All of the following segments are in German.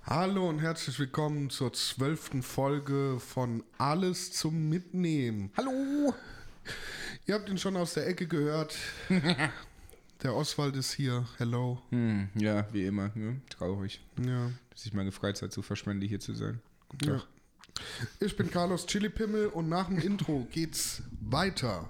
Hallo und herzlich willkommen zur 12. Folge von Alles zum Mitnehmen. Hallo! Ihr habt ihn schon aus der Ecke gehört. Der Oswald ist hier. Hello. Ja, wie immer. Ne? Traurig, Ja. dass ich meine Freizeit so verschwende, hier zu sein. Guten Ja. Tag. Ich bin Carlos Chilipimmel und nach dem Intro geht's weiter.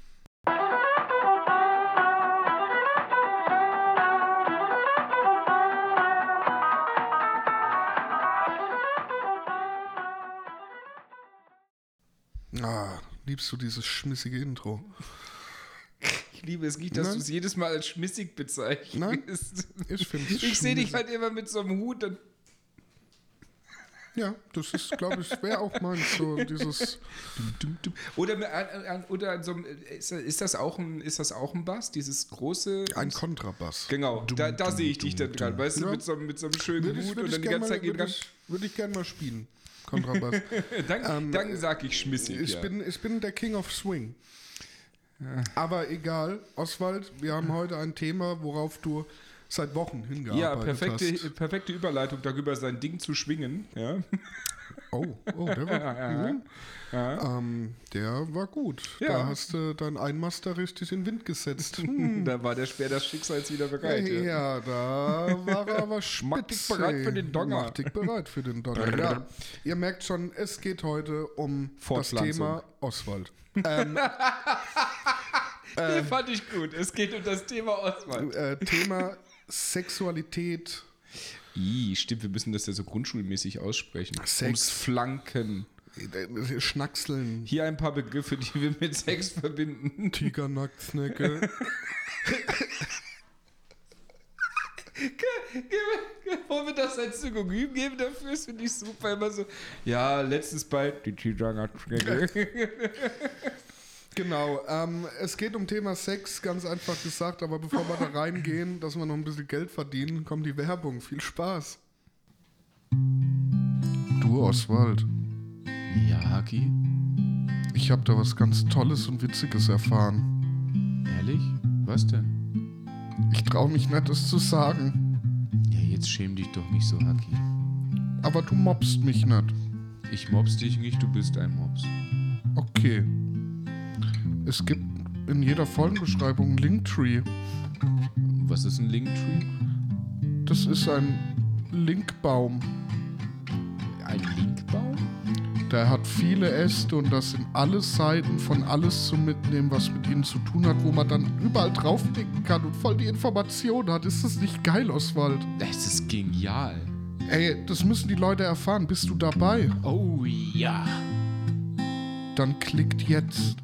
Liebst du dieses schmissige Intro? Ich liebe es nicht, dass Nein. du es jedes Mal als schmissig bezeichnest. Nein, ich finde es Ich sehe dich halt immer mit so einem Hut. Und Ja, das ist, glaube ich, wäre auch meins, so dieses... Oder an so einem, ist das auch ein Bass? Dieses große... Ein Kontrabass. Genau, da sehe ich dich dann dran, weißt du, Ja. mit so einem schönen Hut und dann die ganze Zeit gehen dran. Würde ich gerne mal spielen, Kontrabass. Dann sag ich schmissig, Ich bin der King of Swing. Aber egal, Oswald, wir haben heute ein Thema, worauf du seit Wochen hingearbeitet hast. perfekte Überleitung darüber, sein Ding zu schwingen. Ja. Oh, der war, der war gut. Ja. Da hast du dein Einmaster richtig in den Wind gesetzt. Da war der Speer des Schicksals wieder bereit. Ja, da war er aber spitze. Mach dich bereit für den Donner. Mach dich bereit für den Donner. Ja, ihr merkt schon, es geht heute um das Fortpflanzung. Thema Oswald. Den fand ich gut. Es geht um das Thema Oswald. Thema Sexualität. Stimmt, wir müssen das ja so grundschulmäßig aussprechen. Sex. Ums Flanken. Schnackseln. Hier ein paar Begriffe, die wir mit Sex verbinden. Tigernachtsnecke. Wollen wir das als Synonym geben dafür? Das finde ich super. Immer so, ja, letztens bei die Tigernachtsnecke. Genau, es geht um Thema Sex, ganz einfach gesagt, aber bevor wir da reingehen, dass wir noch ein bisschen Geld verdienen, kommt die Werbung. Viel Spaß. Du, Oswald, Ja, Haki? ich habe da was ganz Tolles und Witziges erfahren. Ehrlich? Was denn? Ich traue mich nicht, das zu sagen, Ja, jetzt schäm dich doch nicht so, Haki. aber du mobst mich nicht. Ich mobs dich nicht, du bist ein Mops. Okay. Es gibt in jeder Folgenbeschreibung einen Linktree. Was ist ein Linktree? Das ist ein Linkbaum. Ein Linkbaum? Der hat viele Äste und das sind alle Seiten von alles zum Mitnehmen, was mit ihnen zu tun hat, wo man dann überall draufklicken kann und voll die Information hat. Ist das nicht geil, Oswald? Das ist genial. Ey, das müssen die Leute erfahren. Bist du dabei? Oh ja. Dann klickt jetzt.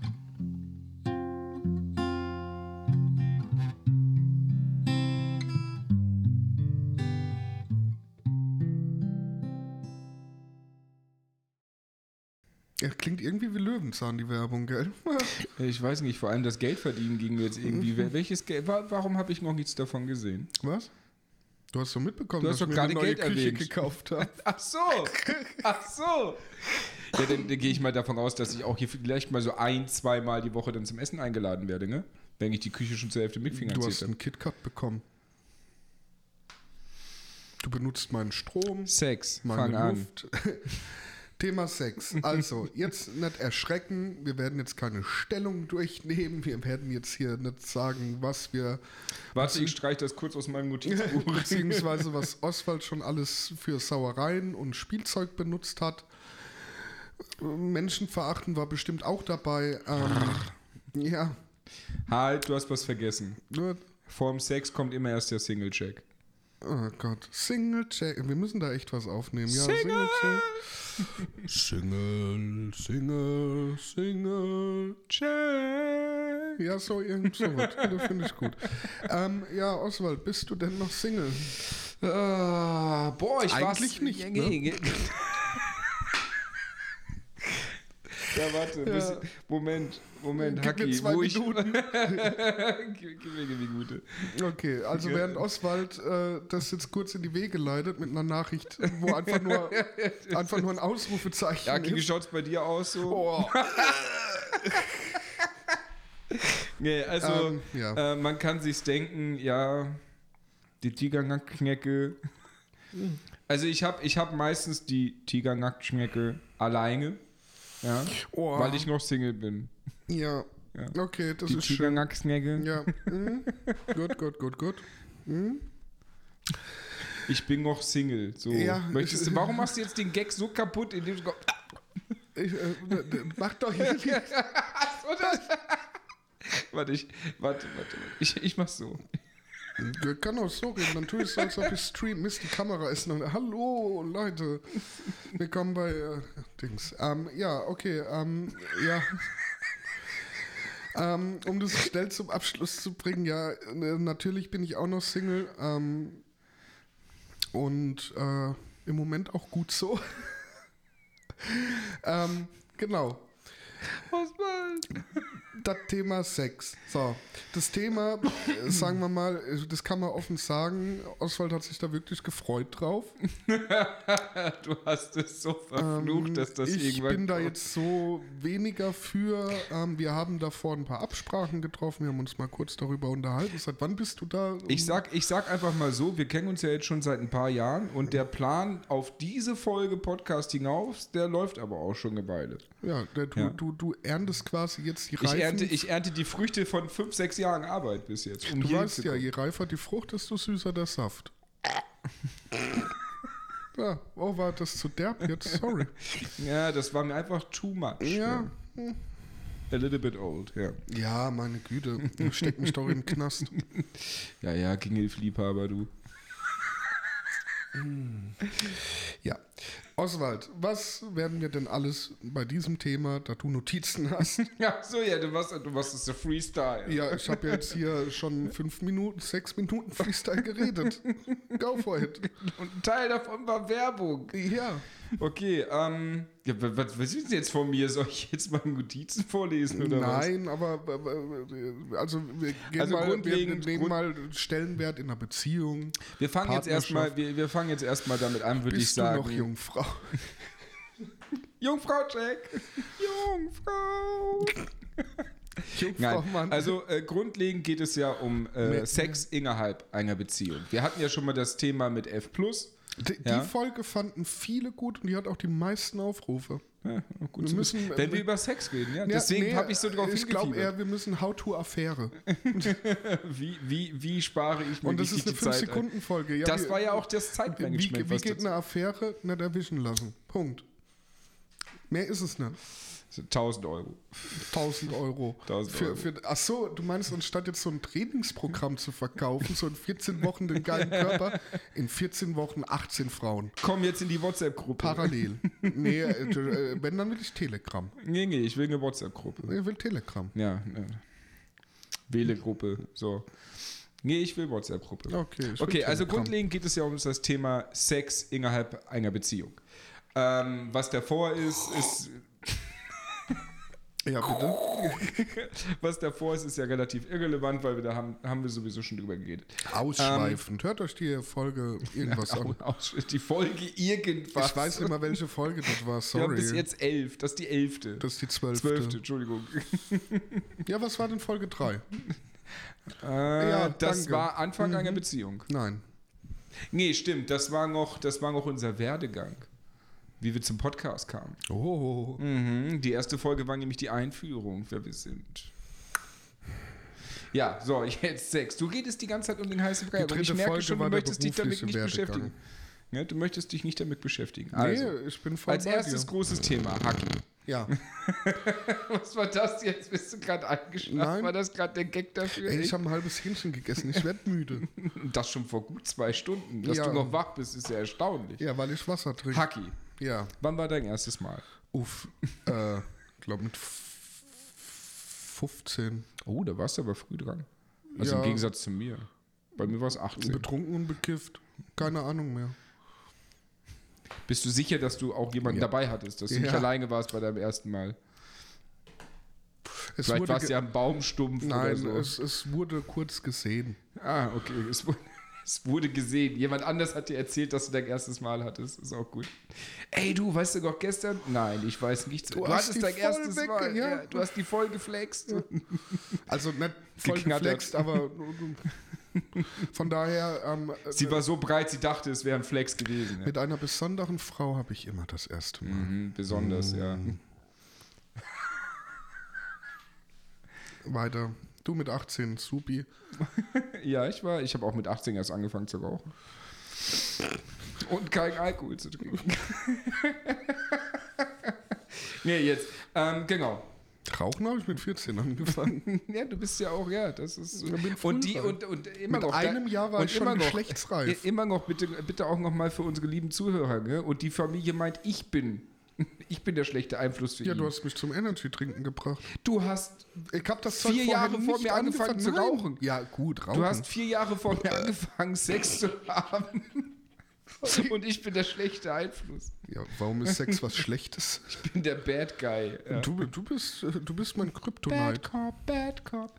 Ja, klingt irgendwie wie Löwenzahn, die Werbung, gell? Ich weiß nicht, vor allem das Geld verdienen ging mir jetzt irgendwie. Welches Geld? Warum habe ich noch nichts davon gesehen? Was? Du hast doch mitbekommen, Du hast dass doch ich mir eine gerade neue Geld Küche erwähnt. gekauft habe. Ach so. Ja, dann gehe ich mal davon aus, dass ich auch hier vielleicht mal so 1-2 Mal die Woche dann zum Essen eingeladen werde, ne? Wenn ich die Küche schon zur Hälfte Du mitfinanziert hast habe. einen KitKat bekommen. Du benutzt meinen Strom, Sex, meine fang an. Luft. Thema Sex. Also, jetzt nicht erschrecken. Wir werden jetzt keine Stellung durchnehmen. Wir werden jetzt hier nicht sagen, was wir... Warte, ich streiche das kurz aus meinem Notizbuch. beziehungsweise was Oswald schon alles für Sauereien und Spielzeug benutzt hat. Menschenverachten war bestimmt auch dabei. Ja. Halt, du hast was vergessen. Nur Vorm Sex kommt immer erst der Single-Check. Oh Gott, Single-Check. Wir müssen da echt was aufnehmen. Ja, Single! Single-Check. Ja, so irgend sowas. Das finde ich gut. Ja, Oswald, bist du denn noch Single? Boah, ich Eigentlich nicht, ne? Ja, warte. Ja. Moment, Gib mir Hacki. 2 Minuten. Gib mir gute. Okay, also während Oswald das jetzt kurz in die Wege leitet mit einer Nachricht, wo einfach nur ein Ausrufezeichen Ja, wie ist. schaut's bei dir aus so? Oh. Nee, also Ja. man kann sich's denken, ja, die Tigernackknecke. Also ich hab meistens die Tiger-Nacktschnecke alleine, ja, weil ich noch Single bin. Ja. Okay, das die ist schön. Tiger-Nacktschnecke. Ja. Gut. Ich bin noch Single. So. Ja, Warum machst du jetzt den Gag so kaputt, indem du... Mach doch hier nicht. Warte. Ich mach's so. Ich kann auch so reden, dann tue ich so, als ob ich stream. Mist, die Kamera ist noch... Hallo, Leute. Willkommen bei Dings. Um das schnell zum Abschluss zu bringen, ja, natürlich bin ich auch noch Single. Und im Moment auch gut so. Genau. Was mal? Das Thema Sex. So, das Thema, sagen wir mal, das kann man offen sagen, Oswald hat sich da wirklich gefreut drauf. Du hast es so verflucht, dass das ich irgendwann... Ich bin da jetzt so weniger für. Wir haben davor ein paar Absprachen getroffen, wir haben uns mal kurz darüber unterhalten. Seit wann bist du da? Ich sag einfach mal so, wir kennen uns ja jetzt schon seit ein paar Jahren und der Plan auf diese Folge Podcast hinaus, der läuft aber auch schon eine Weile. Ja, du erntest quasi jetzt die Reifen. Ich ernte die Früchte von 5-6 Jahren Arbeit bis jetzt. Du weißt ja, je reifer die Frucht, desto süßer der Saft. Ja, war das zu derb jetzt? Sorry. Ja, das war mir einfach too much. Ja. A little bit old, ja. Ja, meine Güte. Steck mich doch in den Knast. Ja, Gingelf-Liebhaber, du. Ja. Oswald, was werden wir denn alles bei diesem Thema, da du Notizen hast? Ja, so, ja, du machst es so Freestyle. Ja, ich habe jetzt hier schon 6 Minuten Freestyle geredet. Go for it. Und ein Teil davon war Werbung. Ja. Okay, was willst du jetzt von mir? Soll ich jetzt mal Notizen vorlesen oder Nein, aber also wir nehmen mal Stellenwert in einer Beziehung. Wir fangen jetzt erstmal damit an, würde ich sagen. Bist du noch Jungfrau? Jungfrau, Jack. Jungfrau, Mann. Also grundlegend geht es ja um Sex innerhalb einer Beziehung. Wir hatten ja schon mal das Thema mit F+. Die Folge fanden viele gut und die hat auch die meisten Aufrufe. Ja, gut wenn wir über Sex reden, ja. Deswegen habe ich so drauf hingefiebert. Ich glaube eher, wir müssen How-to-Affäre. wie spare ich mir und das ist eine 5-Sekunden-Folge. Ja, das war ja auch das Zeitmanagement. Wie geht eine Affäre? Nicht erwischen lassen. Punkt. Mehr ist es nicht. 1.000 Euro. 1.000 Euro. Achso, du meinst, anstatt jetzt so ein Trainingsprogramm zu verkaufen, so in 14 Wochen den geilen Körper, in 14 Wochen 18 Frauen. Komm jetzt in die WhatsApp-Gruppe. Parallel. Nee, wenn, dann will ich Telegram. Nee, ich will eine WhatsApp-Gruppe. Ich will Telegram. Ja, Wähle-Gruppe, so. Nee, ich will WhatsApp-Gruppe. Okay, also grundlegend geht es ja um das Thema Sex innerhalb einer Beziehung. Was davor ist ja, bitte. Was davor ist ja relativ irrelevant, weil da haben wir sowieso schon drüber geredet. Ausschweifend. Hört euch die Folge irgendwas an. Die Folge irgendwas. Ich weiß nicht mal, welche Folge das war, sorry. Ja, bis jetzt 11. Das ist die 11. Das ist die 12. 12. Entschuldigung. Ja, was war denn Folge 3? Das war Anfang einer Beziehung. Nein. Nee, stimmt. Das war noch unser Werdegang. Wie wir zum Podcast kamen. Oh. Die erste Folge war nämlich die Einführung, wer wir sind. Ja, so, jetzt Sex. Du redest die ganze Zeit um den heißen Brei, aber ich merke schon, du möchtest dich damit nicht beschäftigen. Ja, du möchtest dich nicht damit beschäftigen. Also, nee, ich bin voll als erstes großes Thema, Haki. Ja. Was war das jetzt? Bist du gerade eingeschlafen? Nein. War das gerade der Gag dafür? Ich habe ein halbes Hähnchen gegessen, ich werde müde. Das schon vor gut 2 Stunden. Dass du noch wach bist, ist ja erstaunlich. Ja, weil ich Wasser trinke. Haki. Ja. Wann war dein erstes Mal? Glaube mit 15. Oh, da warst du aber früh dran. Also im Gegensatz zu mir. Bei mir war es 18. Betrunken und bekifft. Keine Ahnung mehr. Bist du sicher, dass du auch jemanden dabei hattest, dass du nicht alleine warst bei deinem ersten Mal? Vielleicht warst du ja ein Baumstumpf oder so. Nein, es wurde kurz gesehen. Ah, okay. Es wurde gesehen. Jemand anders hat dir erzählt, dass du dein erstes Mal hattest. Ist auch gut. Ey, du, weißt du noch gestern? Nein, ich weiß nichts. Du hattest dein erstes Mal. Ja, du hast die voll geflext. Also nicht voll geflext, aber Von daher... sie war so breit, sie dachte, es wäre ein Flex gewesen. Ja. Mit einer besonderen Frau habe ich immer das erste Mal. Besonders, ja. Weiter. Du mit 18, supi. Ja, ich habe auch mit 18 erst angefangen zu rauchen. Und kein Alkohol zu trinken. Nee, jetzt, genau. Rauchen habe ich mit 14 angefangen. Ja, du bist ja auch, ja, das ist... Und immer mit noch... einem Jahr war ich schon geschlechtsreif. Immer noch, bitte auch noch mal für unsere lieben Zuhörer, ne? Und die Familie meint, ich bin der schlechte Einfluss für ihn. Ja, du hast mich zum Energy-Trinken gebracht. Du hast ich hab das 4 Jahre vor mir angefangen zu rauchen. Ja, gut, rauchen. Du hast 4 Jahre vor mir angefangen, Sex zu haben. Und ich bin der schlechte Einfluss. Ja, warum ist Sex was Schlechtes? Ich bin der Bad Guy. Ja. Du bist mein Kryptonite. Bad Cop.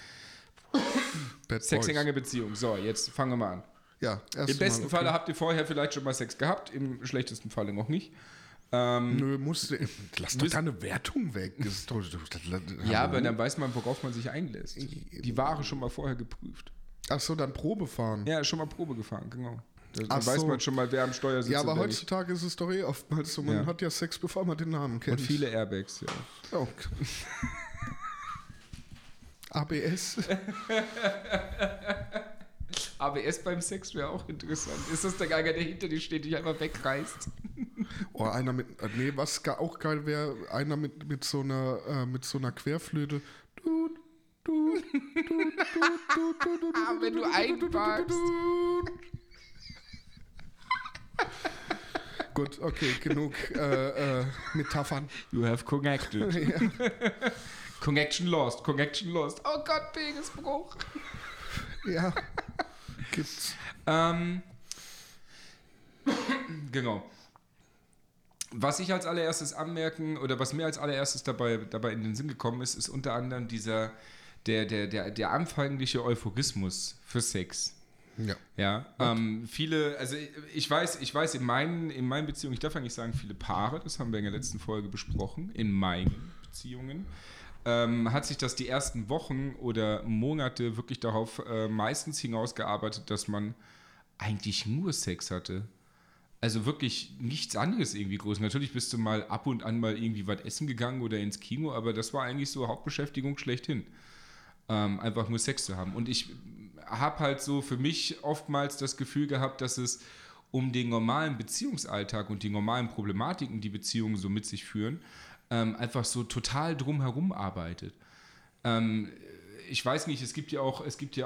Bad Sex Boys. in einer Beziehung. So, jetzt fangen wir mal an. Ja, im besten Falle habt ihr vorher vielleicht schon mal Sex gehabt, im schlechtesten Falle noch nicht. Nö, lass doch deine Wertung weg. Ja, aber dann weiß man, worauf man sich einlässt. Die Ware schon mal vorher geprüft. Ach so, dann Probe fahren. Ja, schon mal Probe gefahren, genau. Dann weiß man schon mal, wer am Steuer sitzt. Ja, aber heutzutage ist es doch oftmals so, man hat ja Sex, bevor man den Namen kennt. Und viele Airbags, ja. Oh. ABS. ABS beim Sex wäre auch interessant. Ist das der Geiger, der hinter dir steht, dich einfach wegreißt? Oh, einer mit, was auch geil wäre, einer mit so einer Querflöte. Wenn du einpackst. Gut, okay, genug Metaphern. You have connected. Ja. Connection lost. Oh Gott, Penisbruch. Ja, gibt's. Genau. Was ich als allererstes anmerken, oder was mir als allererstes dabei in den Sinn gekommen ist, ist unter anderem der anfängliche Euphorismus für Sex. Ja. Viele, also ich weiß in meinen Beziehungen, ich darf ja nicht sagen viele Paare, das haben wir in der letzten Folge besprochen, in meinen Beziehungen, hat sich das die ersten Wochen oder Monate wirklich darauf meistens hinausgearbeitet, dass man eigentlich nur Sex hatte. Also wirklich nichts anderes irgendwie groß. Natürlich bist du mal ab und an mal irgendwie was essen gegangen oder ins Kino, aber das war eigentlich so Hauptbeschäftigung schlechthin. Einfach nur Sex zu haben. Und ich habe halt so für mich oftmals das Gefühl gehabt, dass es um den normalen Beziehungsalltag und die normalen Problematiken, die Beziehungen so mit sich führen, einfach so total drumherum arbeitet. Ich weiß nicht, es gibt ja auch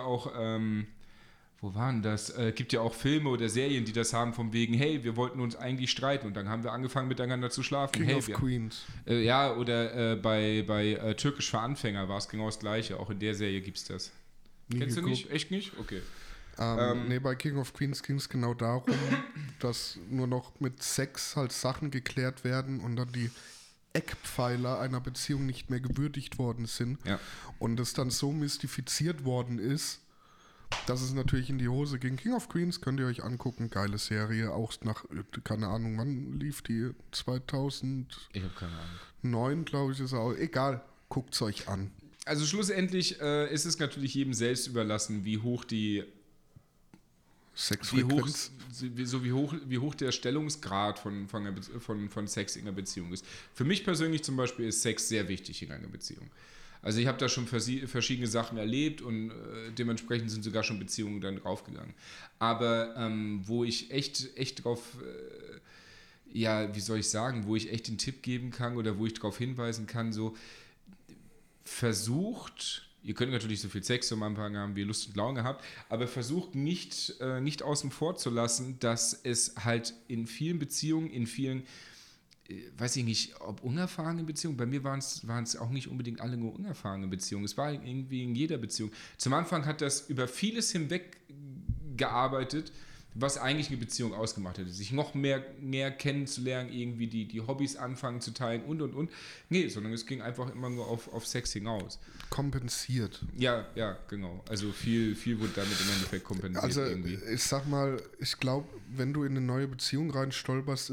wo waren das? Gibt ja auch Filme oder Serien, die das haben, von wegen, hey, wir wollten uns eigentlich streiten und dann haben wir angefangen miteinander zu schlafen. King of Queens. Ja, oder bei Türkisch für Anfänger war es genau das Gleiche. Auch in der Serie gibt es das. Kennst du nicht? Echt nicht? Okay. Nee, bei King of Queens ging es genau darum, dass nur noch mit Sex halt Sachen geklärt werden und dann die Eckpfeiler einer Beziehung nicht mehr gewürdigt worden sind. Ja. Und es dann so mystifiziert worden ist, dass es natürlich in die Hose ging. King of Queens könnt ihr euch angucken. Geile Serie. Auch nach, keine Ahnung, wann lief die? 2009, Ich habe keine Ahnung. glaube ich, ist auch. Egal, guckt es euch an. Also schlussendlich ist es natürlich jedem selbst überlassen, wie hoch die Sexfrequenz. Wie hoch der Stellungsgrad von Sex in einer Beziehung ist. Für mich persönlich zum Beispiel ist Sex sehr wichtig in einer Beziehung. Also ich habe da schon verschiedene Sachen erlebt und dementsprechend sind sogar schon Beziehungen dann draufgegangen. Aber wo ich echt drauf, wie soll ich sagen, wo ich echt den Tipp geben kann oder wo ich darauf hinweisen kann, so versucht, ihr könnt natürlich so viel Sex am Anfang haben, wie ihr Lust und Laune habt, aber versucht nicht außen vor zu lassen, dass es halt in vielen Beziehungen, in vielen weiß ich nicht, ob unerfahrene Beziehungen, bei mir waren es auch nicht unbedingt alle nur unerfahrene Beziehungen, es war irgendwie in jeder Beziehung. Zum Anfang hat das über vieles hinweg gearbeitet, was eigentlich eine Beziehung ausgemacht hätte, sich noch mehr kennenzulernen, irgendwie die Hobbys anfangen zu teilen und. Nee, sondern es ging einfach immer nur auf Sex hinaus. Kompensiert. Ja, genau. Also viel wurde damit im Endeffekt kompensiert. Also irgendwie. Ich sag mal, ich glaube, wenn du in eine neue Beziehung reinstolperst,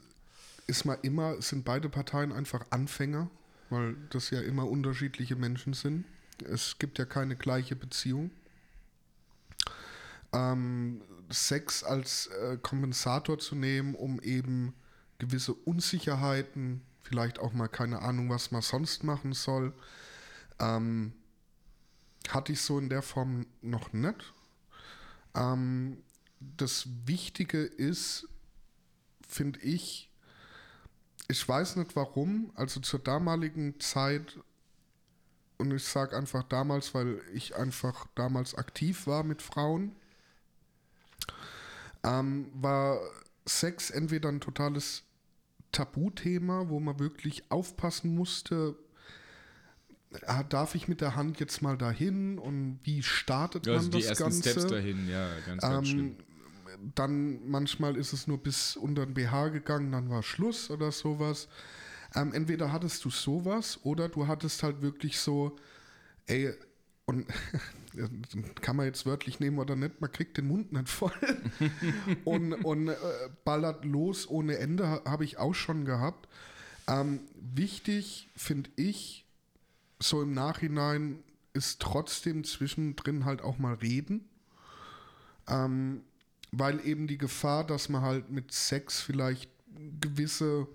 sind beide Parteien einfach Anfänger, weil das ja immer unterschiedliche Menschen sind. Es gibt ja keine gleiche Beziehung. Sex als Kompensator zu nehmen, um eben gewisse Unsicherheiten, vielleicht auch mal keine Ahnung, was man sonst machen soll, hatte ich so in der Form noch nicht. Das Wichtige ist, finde ich weiß nicht warum, also zur damaligen Zeit, und ich sage einfach damals, weil ich einfach damals aktiv war mit Frauen, war Sex entweder ein totales Tabuthema, wo man wirklich aufpassen musste, darf ich mit der Hand jetzt mal dahin und wie startet man also das die ersten Ganze? Steps dahin, ja, ganz schlimm. Dann manchmal ist es nur bis unter den BH gegangen, dann war Schluss oder sowas. Entweder hattest du sowas oder du hattest halt wirklich so, ey, und kann man jetzt wörtlich nehmen oder nicht, man kriegt den Mund nicht voll und ballert los ohne Ende, habe ich auch schon gehabt. Wichtig finde ich, so im Nachhinein ist trotzdem zwischendrin halt auch mal reden, weil eben die Gefahr, dass man halt mit Sex vielleicht gewisse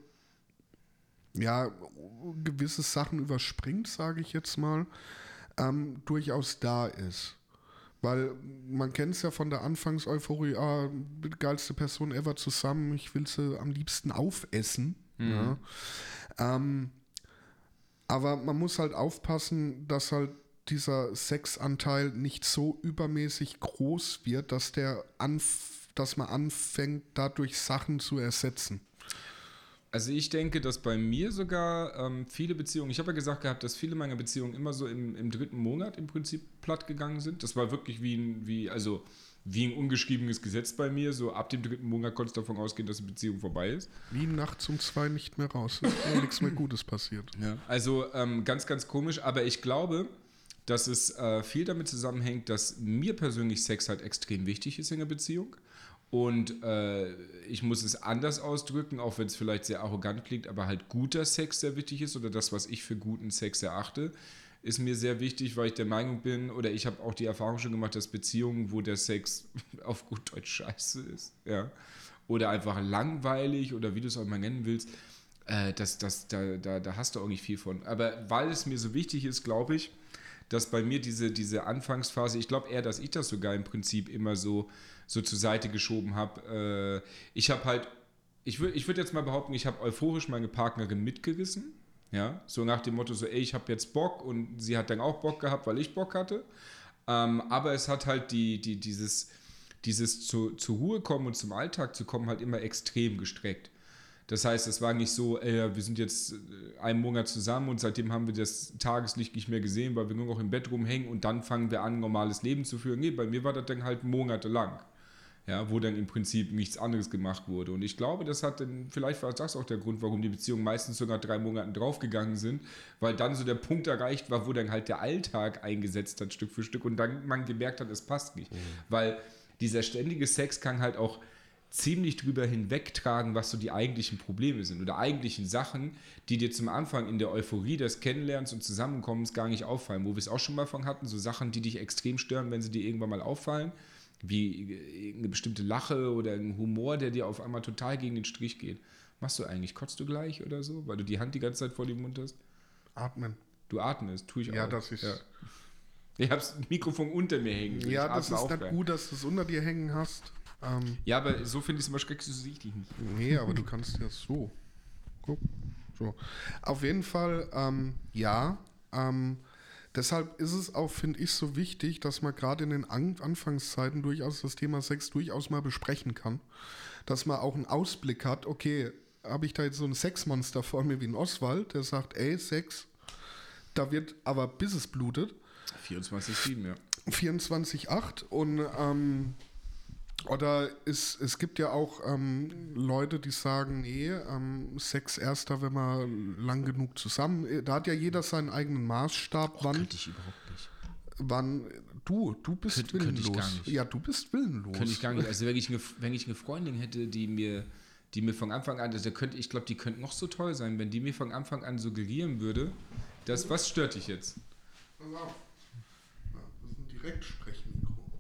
Sachen überspringt, sage ich jetzt mal, durchaus da ist. Weil man kennt es ja von der Anfangseuphorie, die geilste Person ever zusammen, ich will sie am liebsten aufessen. Ja. Aber man muss halt aufpassen, dass halt dieser Sexanteil nicht so übermäßig groß wird, dass man anfängt, dadurch Sachen zu ersetzen. Also ich denke, dass bei mir sogar viele Beziehungen, ich habe ja gesagt gehabt, dass viele meiner Beziehungen immer so im 3. Monat im Prinzip platt gegangen sind. Das war wirklich wie ein ungeschriebenes Gesetz bei mir. So ab dem 3. Monat konntest du davon ausgehen, dass die Beziehung vorbei ist. Wie nachts um 2 nicht mehr raus. Ist nichts mehr Gutes passiert. Ja. Also ganz, ganz komisch. Aber ich glaube, dass es viel damit zusammenhängt, dass mir persönlich Sex halt extrem wichtig ist in der Beziehung. Und ich muss es anders ausdrücken, auch wenn es vielleicht sehr arrogant klingt, aber halt guter Sex sehr wichtig ist oder das, was ich für guten Sex erachte, ist mir sehr wichtig, weil ich der Meinung bin, oder ich habe auch die Erfahrung schon gemacht, dass Beziehungen, wo der Sex auf gut Deutsch scheiße ist, ja, oder einfach langweilig oder wie du es auch mal nennen willst, da hast du auch nicht viel von. Aber weil es mir so wichtig ist, glaube ich, dass bei mir diese Anfangsphase, ich glaube eher, dass ich das sogar im Prinzip immer so zur Seite geschoben habe. Ich habe halt, ich würd jetzt mal behaupten, ich habe euphorisch meine Partnerin mitgerissen. Ja, so nach dem Motto so, ey, ich habe jetzt Bock und sie hat dann auch Bock gehabt, weil ich Bock hatte. Aber es hat halt dieses zur Ruhe kommen und zum Alltag zu kommen halt immer extrem gestreckt. Das heißt, es war nicht so, ey, wir sind jetzt einen Monat zusammen und seitdem haben wir das Tageslicht nicht mehr gesehen, weil wir nur noch im Bett rumhängen und dann fangen wir an, normales Leben zu führen. Nee, bei mir war das dann halt monatelang. Ja, wo dann im Prinzip nichts anderes gemacht wurde. Und ich glaube, das hat dann, vielleicht war das auch der Grund, warum die Beziehungen meistens sogar 3 Monaten draufgegangen sind, weil dann so der Punkt erreicht war, wo dann halt der Alltag eingesetzt hat, Stück für Stück, und dann man gemerkt hat, es passt nicht. Weil dieser ständige Sex kann halt auch ziemlich drüber hinwegtragen, was so die eigentlichen Probleme sind oder eigentlichen Sachen, die dir zum Anfang in der Euphorie des Kennenlernens und Zusammenkommens gar nicht auffallen, wo wir es auch schon mal von hatten, so Sachen, die dich extrem stören, wenn sie dir irgendwann mal auffallen, wie eine bestimmte Lache oder ein Humor, der dir auf einmal total gegen den Strich geht. Machst du eigentlich? Kotzt du gleich oder so, weil du die Hand die ganze Zeit vor dem Mund hast? Atmen. Du atmest, tue ich auch. Ja, das ist... Ja. Ich habe das Mikrofon unter mir hängen. Ja, das ist nicht gut, dass du es unter dir hängen hast. Ja, aber so finde ich es immer schrecklich, so sehe ich dich nicht. Nee, aber du kannst ja so. Guck. So. Auf jeden Fall, ja. Deshalb ist es auch, finde ich, so wichtig, dass man gerade in den Anfangszeiten durchaus das Thema Sex durchaus mal besprechen kann. Dass man auch einen Ausblick hat, okay, habe ich da jetzt so ein Sexmonster vor mir wie ein Oswald, der sagt, ey, Sex, da wird aber bis es blutet. 24/7, ja. 24/8 und oder es gibt ja auch Leute, die sagen, nee, Sex erster, wenn man lang genug zusammen, da hat ja jeder seinen eigenen Maßstab. Wann? Könnte ich überhaupt nicht. Wann, du bist willenlos. Könnte ich gar nicht. Ja, du bist willenlos. Könnte ich gar nicht. Also wenn ich eine Freundin hätte, die mir von Anfang an, also ich glaube, die könnte noch so toll sein, wenn die mir von Anfang an suggerieren würde, was stört dich jetzt? Pass auf. Ja, das ist ein Direktsprechenmikro.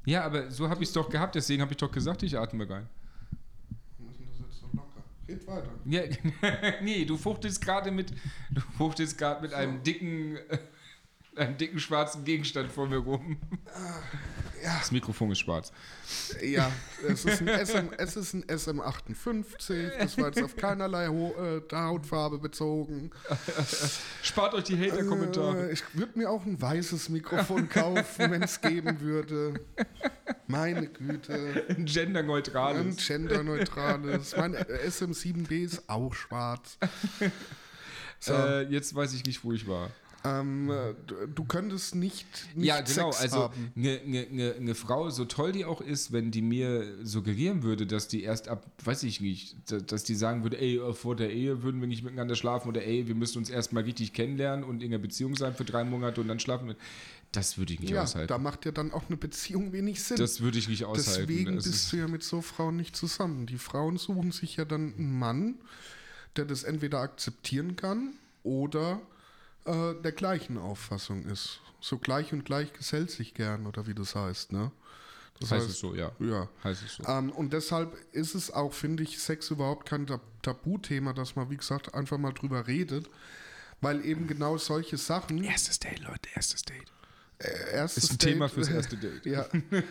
Ja, aber so habe ich es doch gehabt, deswegen habe ich doch gesagt, ich atme rein. Wir müssen das jetzt so locker. Red weiter. Ja, nee, du fuchtelst gerade mit einem dicken schwarzen Gegenstand vor mir rum. Ja. Das Mikrofon ist schwarz. Ja, es ist ein SM58, das war jetzt auf keinerlei Hautfarbe bezogen. Spart euch die Hater-Kommentare. Ich würde mir auch ein weißes Mikrofon kaufen, wenn es geben würde. Meine Güte. Ein genderneutrales. Mein SM7B ist auch schwarz. So. Jetzt weiß ich nicht, wo ich war. Du könntest nicht ja, genau, Sex also haben. eine Frau, so toll die auch ist, wenn die mir suggerieren würde, dass die erst ab, weiß ich nicht, dass die sagen würde, ey, vor der Ehe würden wir nicht miteinander schlafen oder ey, wir müssen uns erstmal richtig kennenlernen und in einer Beziehung sein für 3 Monate und dann schlafen wir. Das würde ich nicht aushalten. Da macht ja dann auch eine Beziehung wenig Sinn. Das würde ich nicht aushalten. Deswegen bist du ja mit so Frauen nicht zusammen. Die Frauen suchen sich ja dann einen Mann, der das entweder akzeptieren kann oder der gleichen Auffassung ist. So gleich und gleich gesellt sich gern, oder wie das heißt, ne? Das heißt es so, ja. Ja. Heißt es so. Und deshalb ist es auch, finde ich, Sex überhaupt kein Tabuthema, dass man, wie gesagt, einfach mal drüber redet, weil eben genau solche Sachen... Erstes Date, Leute, erstes Date. Erstes ist ein Date, Thema fürs erste Date. Ja.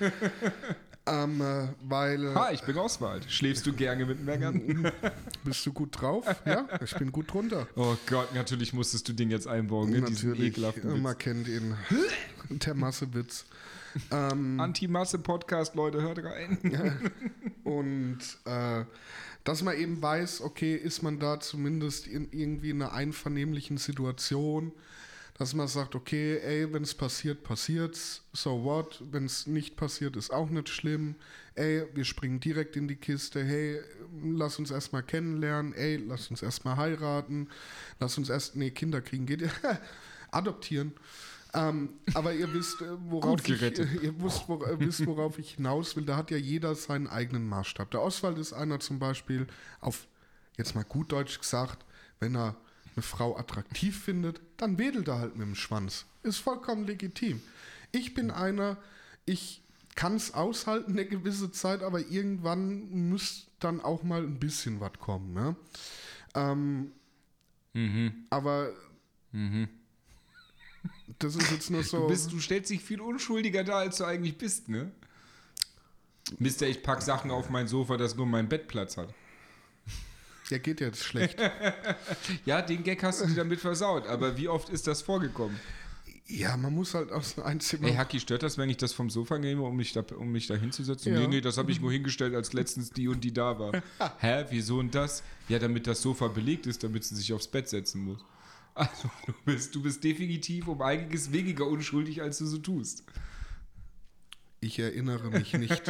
Weil... ich bin Oswald. Schläfst du gerne mit Männern? Bist du gut drauf? Ja, ich bin gut drunter. Oh Gott, natürlich musstest du den jetzt einbauen, ne? Diesen ekelhaften Witz. Man kennt ihn. Der Massewitz. Anti-Masse-Podcast, Leute, hört rein. Und dass man eben weiß, okay, ist man da zumindest irgendwie in einer einvernehmlichen Situation, dass man sagt, okay, ey, wenn es passiert, passiert's, so what, wenn es nicht passiert, ist auch nicht schlimm, ey, wir springen direkt in die Kiste, hey, lass uns erstmal kennenlernen, ey, lass uns erstmal heiraten, Kinder kriegen geht, adoptieren. Aber ihr wisst, worauf ich hinaus will, da hat ja jeder seinen eigenen Maßstab. Der Oswald ist einer zum Beispiel, auf, jetzt mal gut Deutsch gesagt, wenn er eine Frau attraktiv findet, dann wedelt er halt mit dem Schwanz. Ist vollkommen legitim. Ich bin einer, ich kann es aushalten eine gewisse Zeit, aber irgendwann muss dann auch mal ein bisschen was kommen. Ne? Aber das ist jetzt nur so... Du stellst dich viel unschuldiger dar, als du eigentlich bist, ne? Mister, ich pack Sachen auf mein Sofa, das nur mein Bett Platz hat. Der geht jetzt schlecht. Ja, den Gag hast du dir damit versaut, aber wie oft ist das vorgekommen? Ja, man muss halt aus einem Zimmer... Ey, Haki, stört das, wenn ich das vom Sofa nehme, um mich da hinzusetzen? Ja. Nee, das habe ich nur hingestellt, als letztens die und die da war. Hä, wieso und das? Ja, damit das Sofa belegt ist, damit sie sich aufs Bett setzen muss. Also, du bist definitiv um einiges weniger unschuldig, als du so tust. Ich erinnere mich nicht.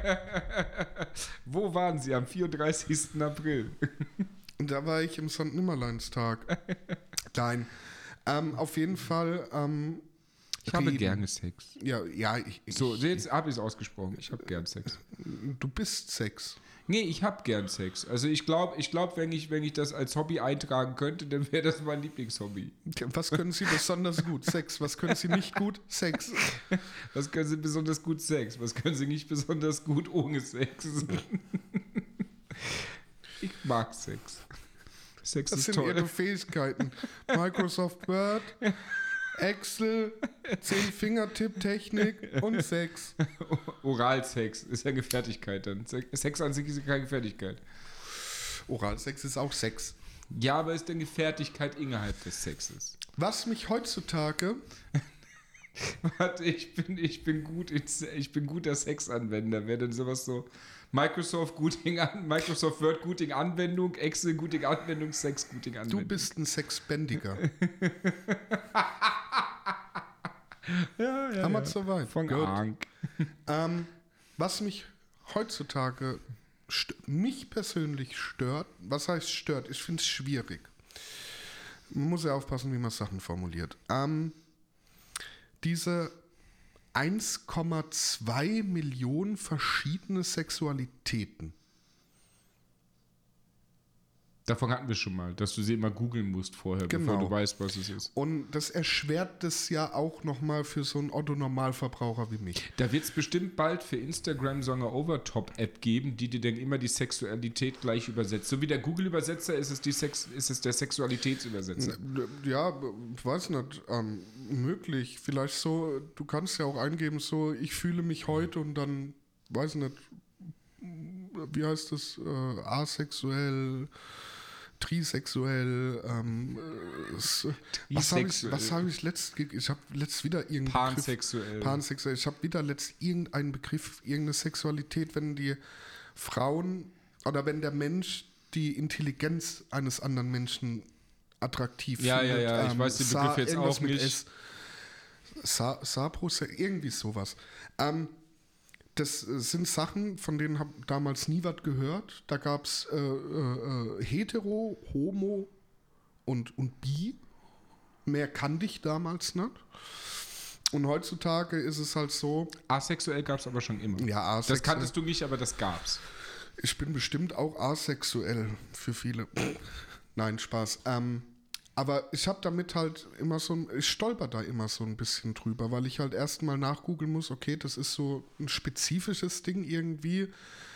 Wo waren Sie am 34. April? Da war ich im St. Nimmerleinstag. Nein. Auf jeden Fall. Ich habe gerne Sex. Ja, so, jetzt habe ich es ausgesprochen. Ich habe gern Sex. Du bist Sex. Nee, ich habe gern Sex. Also ich glaube, wenn ich das als Hobby eintragen könnte, dann wäre das mein Lieblingshobby. Was können Sie besonders gut? Sex. Was können Sie nicht gut? Sex. Was können Sie besonders gut? Sex. Was können Sie nicht besonders gut ohne Sex? Ich mag Sex. Sex das ist sind toll. Ihre Fähigkeiten. Microsoft Word, Excel, 10-Finger-Tipp-Technik und Sex. Oralsex ist ja eine Fertigkeit dann. Sex an sich ist keine Fertigkeit. Oralsex ist auch Sex. Ja, aber ist eine Fertigkeit innerhalb des Sexes. Was mich heutzutage... Warte, ich bin guter Sexanwender. Wäre denn sowas so... Microsoft Word Guting Anwendung, Excel Guting Anwendung, Sex Guting Anwendung. Du bist ein Sexbändiger. Ja, Haben wir soweit. Von Ank. Was mich heutzutage mich persönlich stört, was heißt stört? Ich finde es schwierig. Man muss ja aufpassen, wie man Sachen formuliert. Diese 1,2 Millionen verschiedene Sexualitäten. Davon hatten wir schon mal, dass du sie immer googeln musst vorher, bevor Genau. du weißt, was es ist. Und das erschwert das ja auch nochmal für so einen Otto-Normalverbraucher wie mich. Da wird es bestimmt bald für Instagram so eine Overtop-App geben, die dir dann immer die Sexualität gleich übersetzt. So wie der Google-Übersetzer ist es der Sexualitätsübersetzer. Ja, ich weiß nicht, möglich. Vielleicht so, du kannst ja auch eingeben, so, ich fühle mich heute und dann, weiß nicht, wie heißt das, asexuell, trisexuell, was habe ich letzt wieder irgendeinen Pansexuell. Pansexuell. Ich habe wieder irgendeinen Begriff, irgendeine Sexualität, wenn die Frauen oder wenn der Mensch die Intelligenz eines anderen Menschen attraktiv Ja, findet. ich weiß den Begriff jetzt auch nicht. Saprosex, irgendwie sowas. Das sind Sachen, von denen habe ich damals nie was gehört. Da gab es Hetero, Homo und Bi. Mehr kannte ich damals nicht. Und heutzutage ist es halt so. Asexuell gab es aber schon immer. Ja, asexuell. Das kanntest du nicht, aber das gab's. Ich bin bestimmt auch asexuell für viele. Nein, Spaß. Aber ich habe damit halt immer ich stolper da immer so ein bisschen drüber, weil ich halt erstmal nachgoogeln muss, okay, das ist so ein spezifisches Ding irgendwie.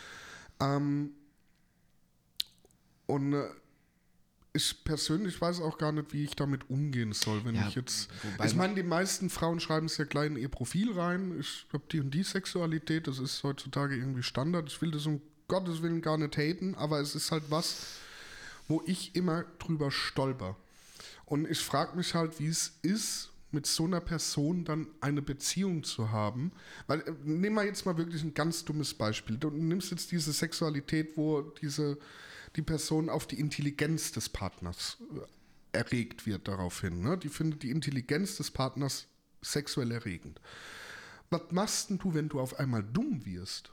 Und ich persönlich weiß auch gar nicht, wie ich damit umgehen soll, wenn ich jetzt. Ich meine, die meisten Frauen schreiben es ja gleich in ihr Profil rein. Ich habe die und die Sexualität, das ist heutzutage irgendwie Standard. Ich will das um Gottes Willen gar nicht haten, aber es ist halt was, wo ich immer drüber stolper. Und ich frage mich halt, wie es ist, mit so einer Person dann eine Beziehung zu haben. Weil, nehmen wir jetzt mal wirklich ein ganz dummes Beispiel. Du nimmst jetzt diese Sexualität, wo die Person auf die Intelligenz des Partners erregt wird daraufhin. Ne? Die findet die Intelligenz des Partners sexuell erregend. Was machst denn du, wenn du auf einmal dumm wirst?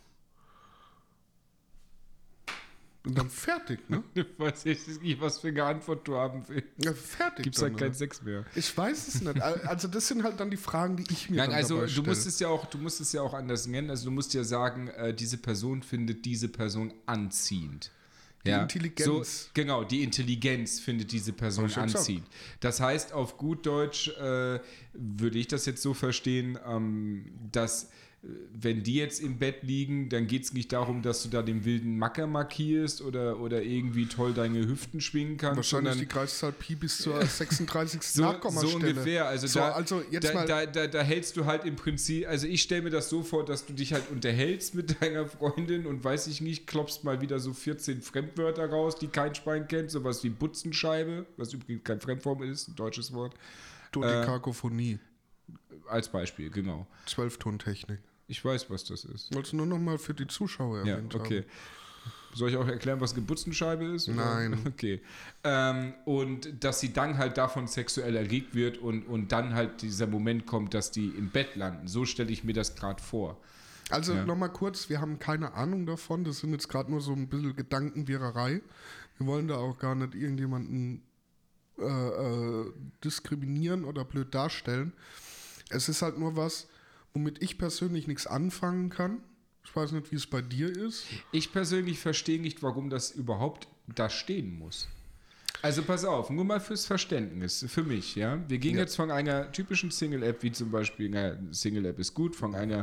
Und dann fertig, ne? Ich weiß nicht, was für eine Antwort du haben willst. Ja, fertig. Gibt es halt keinen Sex mehr. Ich weiß es nicht. Also das sind halt dann die Fragen, die ich mir Nein, dann also dabei du musst es ja auch anders nennen. Also du musst ja sagen, diese Person findet diese Person anziehend. Die Intelligenz. So, genau, die Intelligenz findet diese Person anziehend. Das heißt, auf gut Deutsch würde ich das jetzt so verstehen, dass wenn die jetzt im Bett liegen, dann geht es nicht darum, dass du da den wilden Macker markierst oder irgendwie toll deine Hüften schwingen kannst. Wahrscheinlich die Kreiszahl Pi bis zur 36. Nachkommastelle. So ungefähr. Also, da hältst du halt im Prinzip, also ich stelle mir das so vor, dass du dich halt unterhältst mit deiner Freundin und weiß ich nicht, klopfst mal wieder so 14 Fremdwörter raus, die kein Schwein kennt, sowas wie Butzenscheibe, was übrigens kein Fremdform ist, ein deutsches Wort. Dodekakophonie. Als Beispiel, genau. 12-Tontechnik. Ich weiß, was das ist. Wolltest du nur noch mal für die Zuschauer erwähnt haben. Okay. Soll ich auch erklären, was eine Butzenscheibe ist? Oder? Nein. Okay. Und dass sie dann halt davon sexuell erregt wird und dann halt dieser Moment kommt, dass die im Bett landen. So stelle ich mir das gerade vor. Also nochmal kurz, wir haben keine Ahnung davon. Das sind jetzt gerade nur so ein bisschen Gedankenwirrerei. Wir wollen da auch gar nicht irgendjemanden diskriminieren oder blöd darstellen. Es ist halt nur was, womit ich persönlich nichts anfangen kann. Ich weiß nicht, wie es bei dir ist. Ich persönlich verstehe nicht, warum das überhaupt da stehen muss. Also pass auf, nur mal fürs Verständnis, für mich, ja. Wir gehen jetzt von einer typischen Single-App, wie zum Beispiel, Single-App ist gut, von einer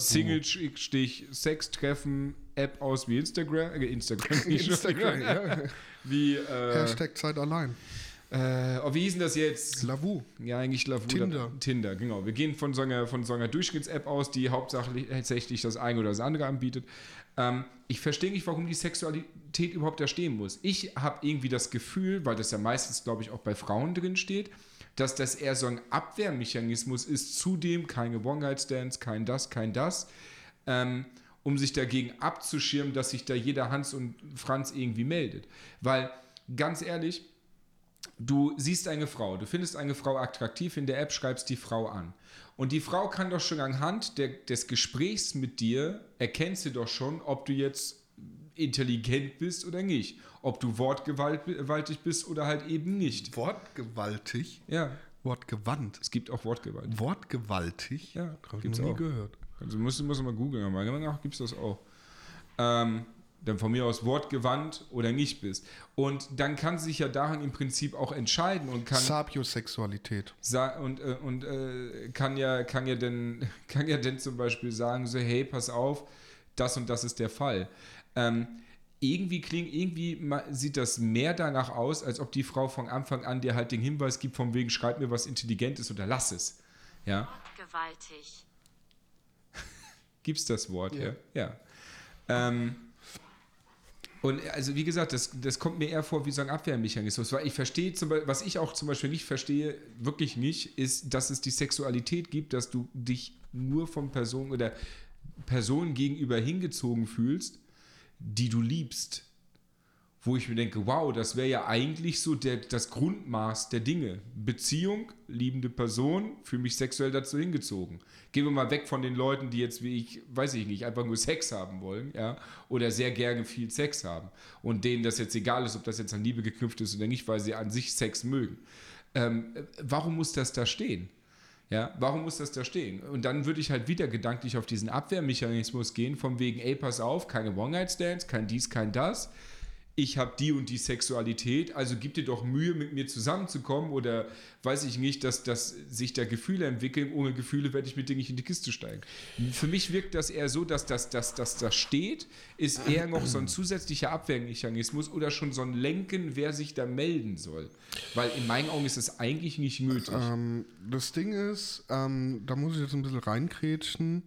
Single-Sex-Treffen-App aus wie Instagram, Ja. Wie, Hashtag Zeit allein. wie hieß denn das jetzt? Lavu. Ja, eigentlich Lavu. Tinder, genau. Wir gehen von so einer Durchschnitts-App aus, die hauptsächlich das eine oder das andere anbietet. Ich verstehe nicht, warum die Sexualität überhaupt da stehen muss. Ich habe irgendwie das Gefühl, weil das ja meistens, glaube ich, auch bei Frauen drin steht, dass das eher so ein Abwehrmechanismus ist, zudem keine One-Night-Stands, kein das, um sich dagegen abzuschirmen, dass sich da jeder Hans und Franz irgendwie meldet. Weil, ganz ehrlich, du siehst eine Frau, du findest eine Frau attraktiv, in der App schreibst die Frau an. Und die Frau kann doch schon anhand des Gesprächs mit dir, erkennst du doch schon, ob du jetzt intelligent bist oder nicht. Ob du wortgewaltig bist oder halt eben nicht. Wortgewaltig? Ja. Wortgewandt? Es gibt auch wortgewaltig. Wortgewaltig? Ja, habe ich noch nie gehört. Also musst du mal googeln, aber meiner Meinung nach gibt es das auch. dann von mir aus wortgewandt oder nicht bist. Und dann kann sich ja daran im Prinzip auch entscheiden und kann Sapiosexualität. Kann ja denn zum Beispiel sagen, so, hey, pass auf, das und das ist der Fall. Irgendwie sieht das mehr danach aus, als ob die Frau von Anfang an dir halt den Hinweis gibt, von wegen, schreib mir was Intelligentes oder lass es. Ja? Gewaltig. Gibt's das Wort, ja. Und also wie gesagt, das kommt mir eher vor wie so ein Abwehrmechanismus, weil ich verstehe, was ich auch zum Beispiel nicht verstehe, wirklich nicht, ist, dass es die Sexualität gibt, dass du dich nur von Personen oder Personen gegenüber hingezogen fühlst, die du liebst. Wo ich mir denke, wow, das wäre ja eigentlich so das Grundmaß der Dinge. Beziehung, liebende Person, fühle mich sexuell dazu hingezogen. Gehen wir mal weg von den Leuten, die jetzt wie ich, weiß ich nicht, einfach nur Sex haben wollen, ja, oder sehr gerne viel Sex haben und denen das jetzt egal ist, ob das jetzt an Liebe geknüpft ist oder nicht, weil sie an sich Sex mögen. Warum muss das da stehen? Ja, warum muss das da stehen? Und dann würde ich halt wieder gedanklich auf diesen Abwehrmechanismus gehen, von wegen, ey, pass auf, keine One-Night-Stands, kein dies, kein das. Ich habe die und die Sexualität, also gib dir doch Mühe, mit mir zusammenzukommen oder weiß ich nicht, dass sich da Gefühle entwickeln. Ohne Gefühle werde ich mit dir nicht in die Kiste steigen. Für mich wirkt das eher so, dass das steht, ist eher noch so ein zusätzlicher Abwehrmechanismus oder schon so ein Lenken, wer sich da melden soll. Weil in meinen Augen ist es eigentlich nicht nötig. Das Ding ist, da muss ich jetzt ein bisschen reinkrätschen,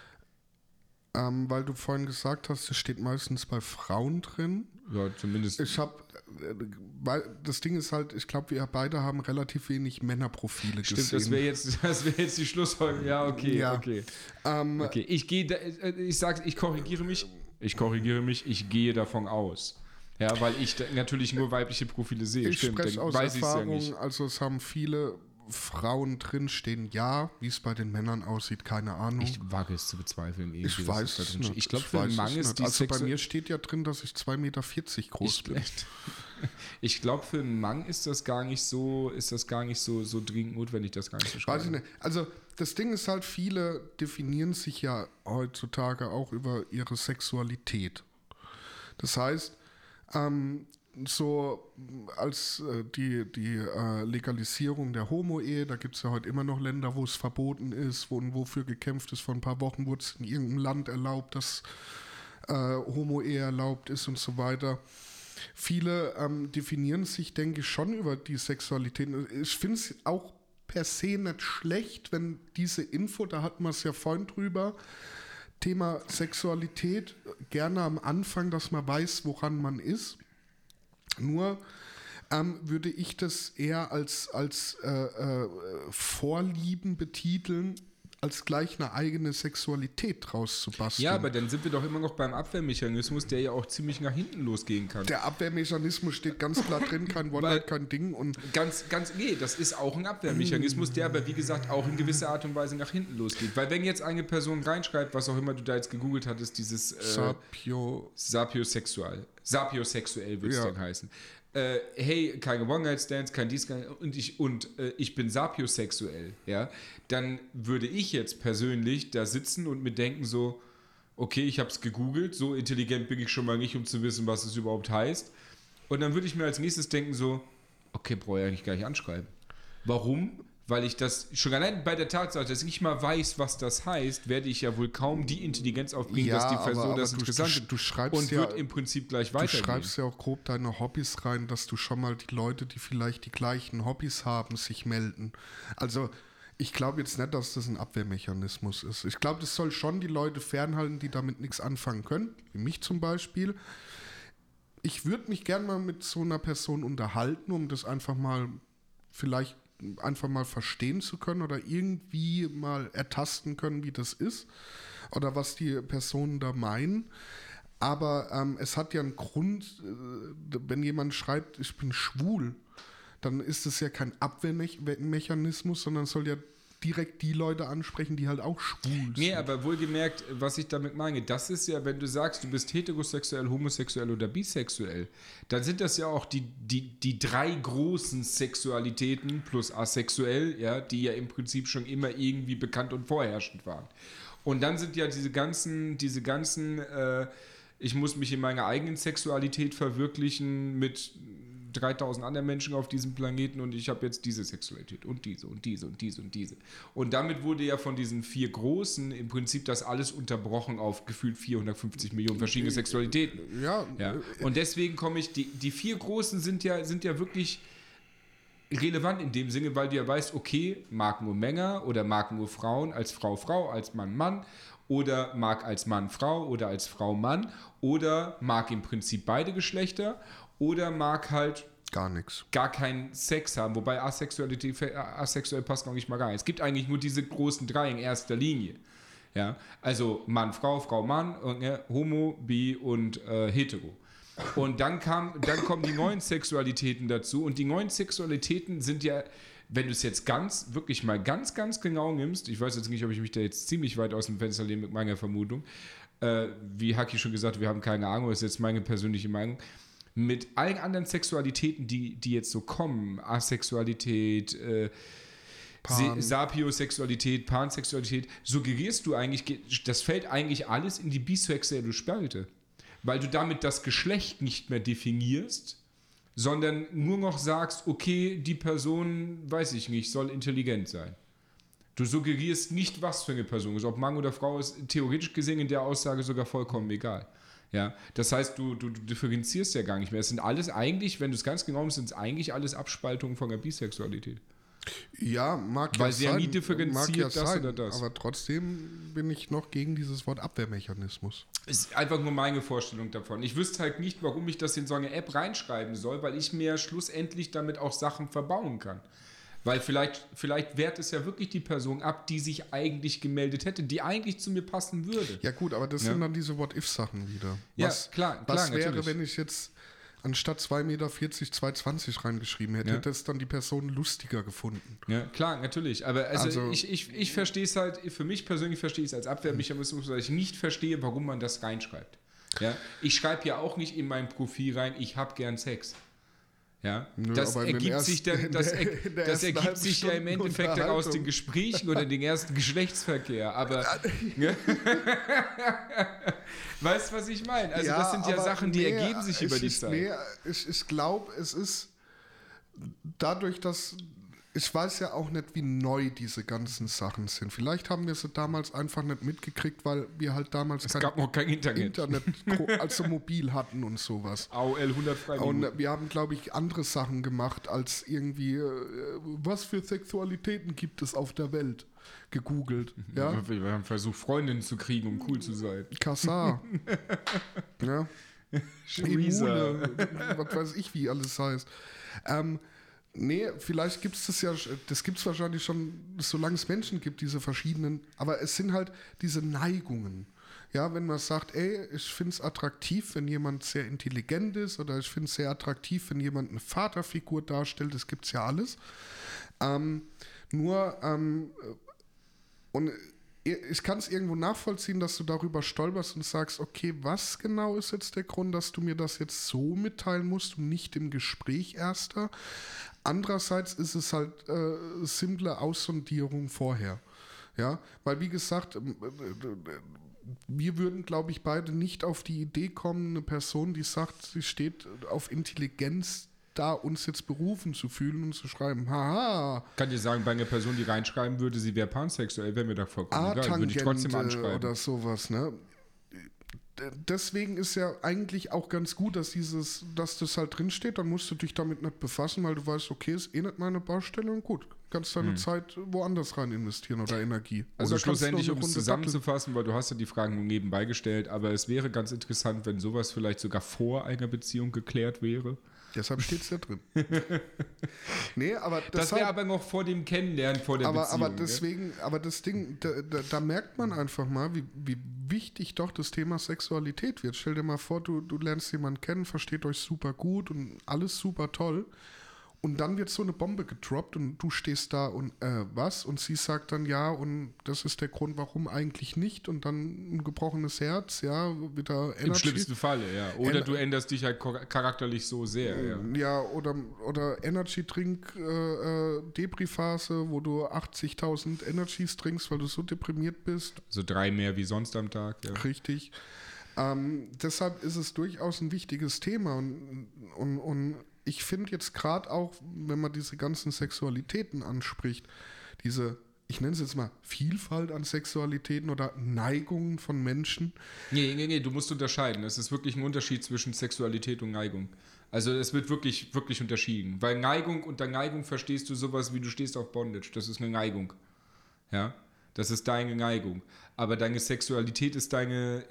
weil du vorhin gesagt hast, es steht meistens bei Frauen drin. Ja, zumindest. Das Ding ist halt, ich glaube, wir beide haben relativ wenig Männerprofile gesehen. Stimmt, das wäre jetzt die Schlussfolgerung. Ja, okay, Ja. okay. Okay, ich korrigiere mich, ich gehe davon aus. Ja, weil ich natürlich nur weibliche Profile sehe. Ich spreche aus weiß ich's Erfahrung, ja nicht. also es haben viele Frauen drinstehen, ja, wie es bei den Männern aussieht, keine Ahnung. Ich wage es zu bezweifeln. Ich weiß es nicht. Ich glaube, für einen Mann ist die Also bei mir steht ja drin, dass ich 2,40 Meter groß bin. Ich glaube, für einen Mann ist das gar nicht so dringend notwendig, das gar nicht zu schreiben. Weiß ich nicht. Also das Ding ist halt, viele definieren sich ja heutzutage auch über ihre Sexualität. Das heißt, so als die Legalisierung der Homo-Ehe, da gibt es ja heute immer noch Länder, wo es verboten ist, wofür gekämpft ist. Vor ein paar Wochen wurde es in irgendeinem Land erlaubt, dass Homo-Ehe erlaubt ist und so weiter. Viele definieren sich, denke ich, schon über die Sexualität. Ich finde es auch per se nicht schlecht, wenn diese Info, da hatten wir es ja vorhin drüber, Thema Sexualität, gerne am Anfang, dass man weiß, woran man ist. Nur würde ich das eher als Vorlieben betiteln, als gleich eine eigene Sexualität draus zu basteln. Ja, aber dann sind wir doch immer noch beim Abwehrmechanismus, der ja auch ziemlich nach hinten losgehen kann. Der Abwehrmechanismus steht ganz klar drin, kein One-Night, kein Ding. Und nee, das ist auch ein Abwehrmechanismus, der aber wie gesagt auch in gewisser Art und Weise nach hinten losgeht. Weil wenn jetzt eine Person reinschreibt, was auch immer du da jetzt gegoogelt hattest, dieses Sapiosexuell wird es dann heißen. Hey, keine One-Night-Stands, kein dies, und ich bin sapiosexuell, ja, dann würde ich jetzt persönlich da sitzen und mir denken so, okay, ich habe es gegoogelt, so intelligent bin ich schon mal nicht, um zu wissen, was es überhaupt heißt. Und dann würde ich mir als nächstes denken so, okay, brauche ich eigentlich gar nicht anschreiben. Warum? Weil ich das schon allein bei der Tatsache, dass ich nicht mal weiß, was das heißt, werde ich ja wohl kaum die Intelligenz aufbringen, dass die Person das interessant findet und wird im Prinzip gleich weitergehen. Du schreibst ja auch grob deine Hobbys rein, dass du schon mal die Leute, die vielleicht die gleichen Hobbys haben, sich melden. Also ich glaube jetzt nicht, dass das ein Abwehrmechanismus ist. Ich glaube, das soll schon die Leute fernhalten, die damit nichts anfangen können, wie mich zum Beispiel. Ich würde mich gerne mal mit so einer Person unterhalten, um das einfach mal verstehen zu können oder irgendwie mal ertasten können, wie das ist oder was die Personen da meinen. Aber es hat ja einen Grund, wenn jemand schreibt, ich bin schwul, dann ist es ja kein Abwehrmechanismus, sondern soll ja direkt die Leute ansprechen, die halt auch schwul sind. Nee, aber wohlgemerkt, was ich damit meine, das ist ja, wenn du sagst, du bist heterosexuell, homosexuell oder bisexuell, dann sind das ja auch die drei großen Sexualitäten plus asexuell, ja, die ja im Prinzip schon immer irgendwie bekannt und vorherrschend waren. Und dann sind ja diese ganzen ich muss mich in meiner eigenen Sexualität verwirklichen mit 3000 anderen Menschen auf diesem Planeten und ich habe jetzt diese Sexualität und diese und diese und diese und diese. Und damit wurde ja von diesen 4 Großen im Prinzip das alles unterbrochen auf gefühlt 450 Millionen verschiedene Sexualitäten. Ja. Und deswegen die 4 Großen sind ja wirklich relevant in dem Sinne, weil du ja weißt, okay, mag nur Männer oder mag nur Frauen, als Frau Frau, als Mann Mann oder mag als Mann Frau oder als Frau Mann oder mag im Prinzip beide Geschlechter oder mag halt gar nichts. Gar keinen Sex haben, wobei asexuell passt noch nicht mal rein. Es gibt eigentlich nur diese großen 3 in erster Linie. Ja, also Mann, Frau, Frau, Mann, Homo, Bi und Hetero. Und dann kommen die neuen Sexualitäten dazu und die neuen Sexualitäten sind ja, wenn du es jetzt wirklich mal ganz genau nimmst, ich weiß jetzt nicht, ob ich mich da jetzt ziemlich weit aus dem Fenster lehne mit meiner Vermutung, wie Haki schon gesagt, wir haben keine Ahnung, das ist jetzt meine persönliche Meinung, mit allen anderen Sexualitäten, die jetzt so kommen, Asexualität, Sapiosexualität, Pansexualität, suggerierst du eigentlich, das fällt eigentlich alles in die bisexuelle Spalte. Weil du damit das Geschlecht nicht mehr definierst, sondern nur noch sagst, okay, die Person, weiß ich nicht, soll intelligent sein. Du suggerierst nicht, was für eine Person ist. Ob Mann oder Frau ist theoretisch gesehen in der Aussage sogar vollkommen egal. Ja, das heißt, du differenzierst ja gar nicht mehr. Es sind alles eigentlich, wenn du es ganz genau nimmst, sind es eigentlich alles Abspaltungen von der Bisexualität. Ja, mag Weil ja sie sein. ja nie differenziert das oder das. Aber trotzdem bin ich noch gegen dieses Wort Abwehrmechanismus. Ist einfach nur meine Vorstellung davon. Ich wüsste halt nicht, warum ich das in so eine App reinschreiben soll, weil ich mir schlussendlich damit auch Sachen verbauen kann. Weil vielleicht wehrt es ja wirklich die Person ab, die sich eigentlich gemeldet hätte, die eigentlich zu mir passen würde. Ja gut, aber das sind dann diese What-If-Sachen wieder. Was wäre, natürlich, wenn ich jetzt anstatt 2,40 Meter 2,20 reingeschrieben hätte, hätte es dann die Person lustiger gefunden. Ja, klar, natürlich. Aber also ich verstehe es halt, für mich persönlich verstehe ich es als Abwehrmechanismus, weil ich nicht verstehe, warum man das reinschreibt. Ja? Ich schreibe ja auch nicht in mein Profil rein, ich habe gern Sex. Ja, das ergibt sich dann, das ergibt sich ja im Endeffekt aus den Gesprächen oder den ersten Geschlechtsverkehr. Aber weißt du, was ich meine? Also das sind ja Sachen, die ergeben sich über die Zeit. Ich glaube, es ist dadurch, dass ich weiß ja auch nicht, wie neu diese ganzen Sachen sind. Vielleicht haben wir sie damals einfach nicht mitgekriegt, weil wir halt damals gab noch kein Internet also mobil hatten und sowas. AOL 100 Freiminuten. Und wir haben, glaube ich, andere Sachen gemacht, als irgendwie, was für Sexualitäten gibt es auf der Welt, gegoogelt. Ja? Wir haben versucht, Freundinnen zu kriegen, um cool zu sein. Kassar. Ja. Imune, was weiß ich, wie alles heißt. Nee, vielleicht gibt es das gibt es wahrscheinlich schon, solange es Menschen gibt, diese verschiedenen, aber es sind halt diese Neigungen. Ja, wenn man sagt, ey, ich finde es attraktiv, wenn jemand sehr intelligent ist oder ich finde es sehr attraktiv, wenn jemand eine Vaterfigur darstellt, das gibt es ja alles. Und ich kann es irgendwo nachvollziehen, dass du darüber stolperst und sagst, okay, was genau ist jetzt der Grund, dass du mir das jetzt so mitteilen musst und nicht im Gespräch erster? Andererseits ist es halt simple Aussondierung vorher. Ja, weil wie gesagt, wir würden, glaube ich, beide nicht auf die Idee kommen, eine Person, die sagt, sie steht auf Intelligenz, da uns jetzt berufen zu fühlen und zu schreiben, haha. Kann dir sagen, bei einer Person, die reinschreiben würde, sie wäre pansexuell, wäre mir da vollkommen egal, würde ich trotzdem anschreiben. Oder sowas, ne? Deswegen ist ja eigentlich auch ganz gut, dass das halt drinsteht, dann musst du dich damit nicht befassen, weil du weißt, okay, ist eh nicht meine Baustelle und gut, kannst deine Zeit woanders rein investieren oder Energie. Also oder schlussendlich, um es zusammenzufassen, weil du hast ja die Fragen nur nebenbei gestellt, aber es wäre ganz interessant, wenn sowas vielleicht sogar vor einer Beziehung geklärt wäre. Deshalb steht es da drin. Nee, aber das wäre aber noch vor dem Kennenlernen, vor der Beziehung. Aber deswegen, aber das Ding, da merkt man einfach mal, wie wichtig doch das Thema Sexualität wird. Stell dir mal vor, du lernst jemanden kennen, versteht euch super gut und alles super toll. Und dann wird so eine Bombe gedroppt und du stehst da und was? Und sie sagt dann ja und das ist der Grund, warum eigentlich nicht. Und dann ein gebrochenes Herz, ja, wieder Energy. Im schlimmsten Falle, ja. Oder du änderst dich halt charakterlich so sehr, ja. Ja, oder Energy Drink Depri-Phase, wo du 80.000 Energies trinkst, weil du so deprimiert bist. So 3 mehr wie sonst am Tag, ja. Richtig. Deshalb ist es durchaus ein wichtiges Thema und ich finde jetzt gerade auch, wenn man diese ganzen Sexualitäten anspricht, ich nenne es jetzt mal Vielfalt an Sexualitäten oder Neigungen von Menschen. Nee, du musst unterscheiden. Es ist wirklich ein Unterschied zwischen Sexualität und Neigung. Also es wird wirklich, wirklich unterschieden. Weil unter Neigung verstehst du sowas wie du stehst auf Bondage. Das ist eine Neigung. Ja, das ist deine Neigung. Aber deine Sexualität ist deine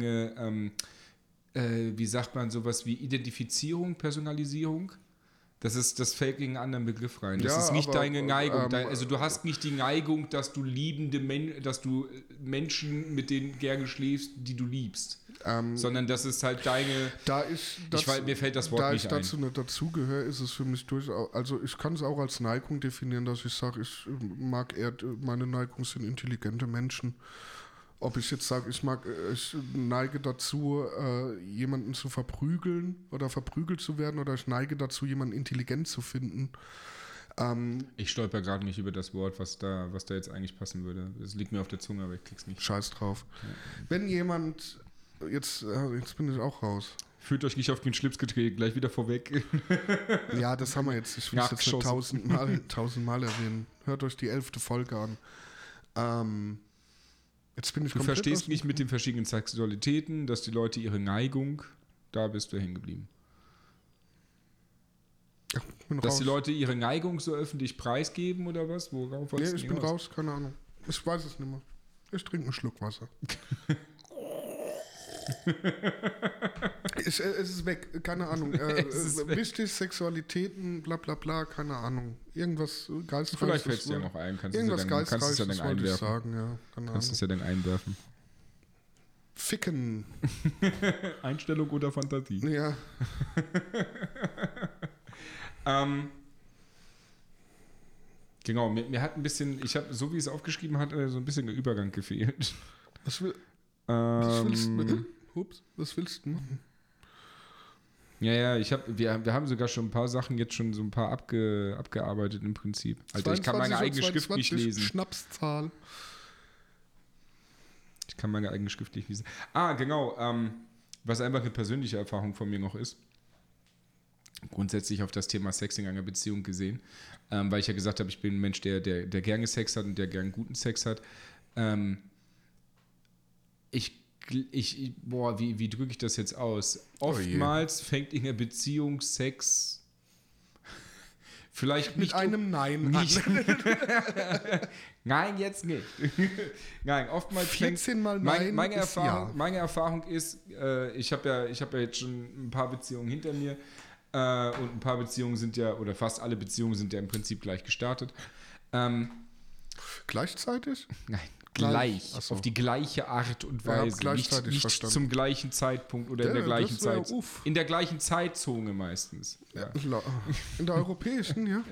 wie sagt man, sowas wie Identifizierung, Personalisierung. Das fällt gegen einen anderen Begriff rein. Das Ja, ist nicht aber, deine Neigung. Also du hast nicht die Neigung, dass du dass du Menschen, mit denen gerne schläfst, die du liebst. Sondern das ist halt deine... mir fällt das Wort nicht ein. Da ich dazu nicht dazugehöre, ist es für mich durchaus... Also ich kann es auch als Neigung definieren, dass ich sage, meine Neigung sind intelligente Menschen. Ob ich jetzt sage, ich neige dazu, jemanden zu verprügeln oder verprügelt zu werden, oder ich neige dazu, jemanden intelligent zu finden. Ich stolper gerade nicht über das Wort, was da jetzt eigentlich passen würde. Es liegt mir auf der Zunge, aber ich krieg's nicht. Scheiß drauf. Ja. Wenn jemand, jetzt bin ich auch raus. Fühlt euch nicht auf den Schlips getreten, gleich wieder vorweg. Ja, das haben wir jetzt. Ich will es jetzt nicht 1000-mal erwähnen. Hört euch die 11. Folge an. Jetzt bin ich du verstehst nicht mit den verschiedenen Sexualitäten, dass die Leute ihre Neigung, da bist du hängen geblieben. Ja, dass die Leute ihre Neigung so öffentlich preisgeben oder was? Ich bin raus, keine Ahnung. Ich weiß es nicht mehr. Ich trinke einen Schluck Wasser. Es ist weg, keine Ahnung. Wichtig, Sexualitäten, bla bla bla, keine Ahnung. Irgendwas Geistreiches. Vielleicht fällt es dir noch ein. Kannst du es ja dann einwerfen. Sagen, ja. Kannst du es ja dann einwerfen. Ficken. Einstellung oder Fantasie? Ja. Genau, mir hat ein bisschen, so wie es aufgeschrieben hat, so ein bisschen der Übergang gefehlt. Was willst du? Ups, was willst du machen? Ja, wir haben sogar schon ein paar Sachen jetzt schon so ein paar abgearbeitet im Prinzip. Alter, ich kann meine eigene Schrift nicht lesen. Schnapszahl. Ich kann meine eigene Schrift nicht lesen. Genau. Was einfach eine persönliche Erfahrung von mir noch ist. Grundsätzlich auf das Thema Sex in einer Beziehung gesehen. Weil ich ja gesagt habe, ich bin ein Mensch, der gerne Sex hat und der gerne guten Sex hat. Wie drücke ich das jetzt aus? Oftmals fängt in der Beziehung Sex vielleicht nicht mit einem Nein an. Nein, jetzt nicht. Nein, oftmals 14 Mal Nein. Meine Erfahrung ist, ich habe ja jetzt schon ein paar Beziehungen hinter mir und ein paar Beziehungen sind ja, oder fast alle Beziehungen sind ja im Prinzip gleich gestartet. Gleichzeitig? Nein. Gleich, auf die gleiche Art und Weise, nicht zum gleichen Zeitpunkt oder in der gleichen Zeit. In der gleichen Zeitzone meistens. Ja. In der europäischen, ja.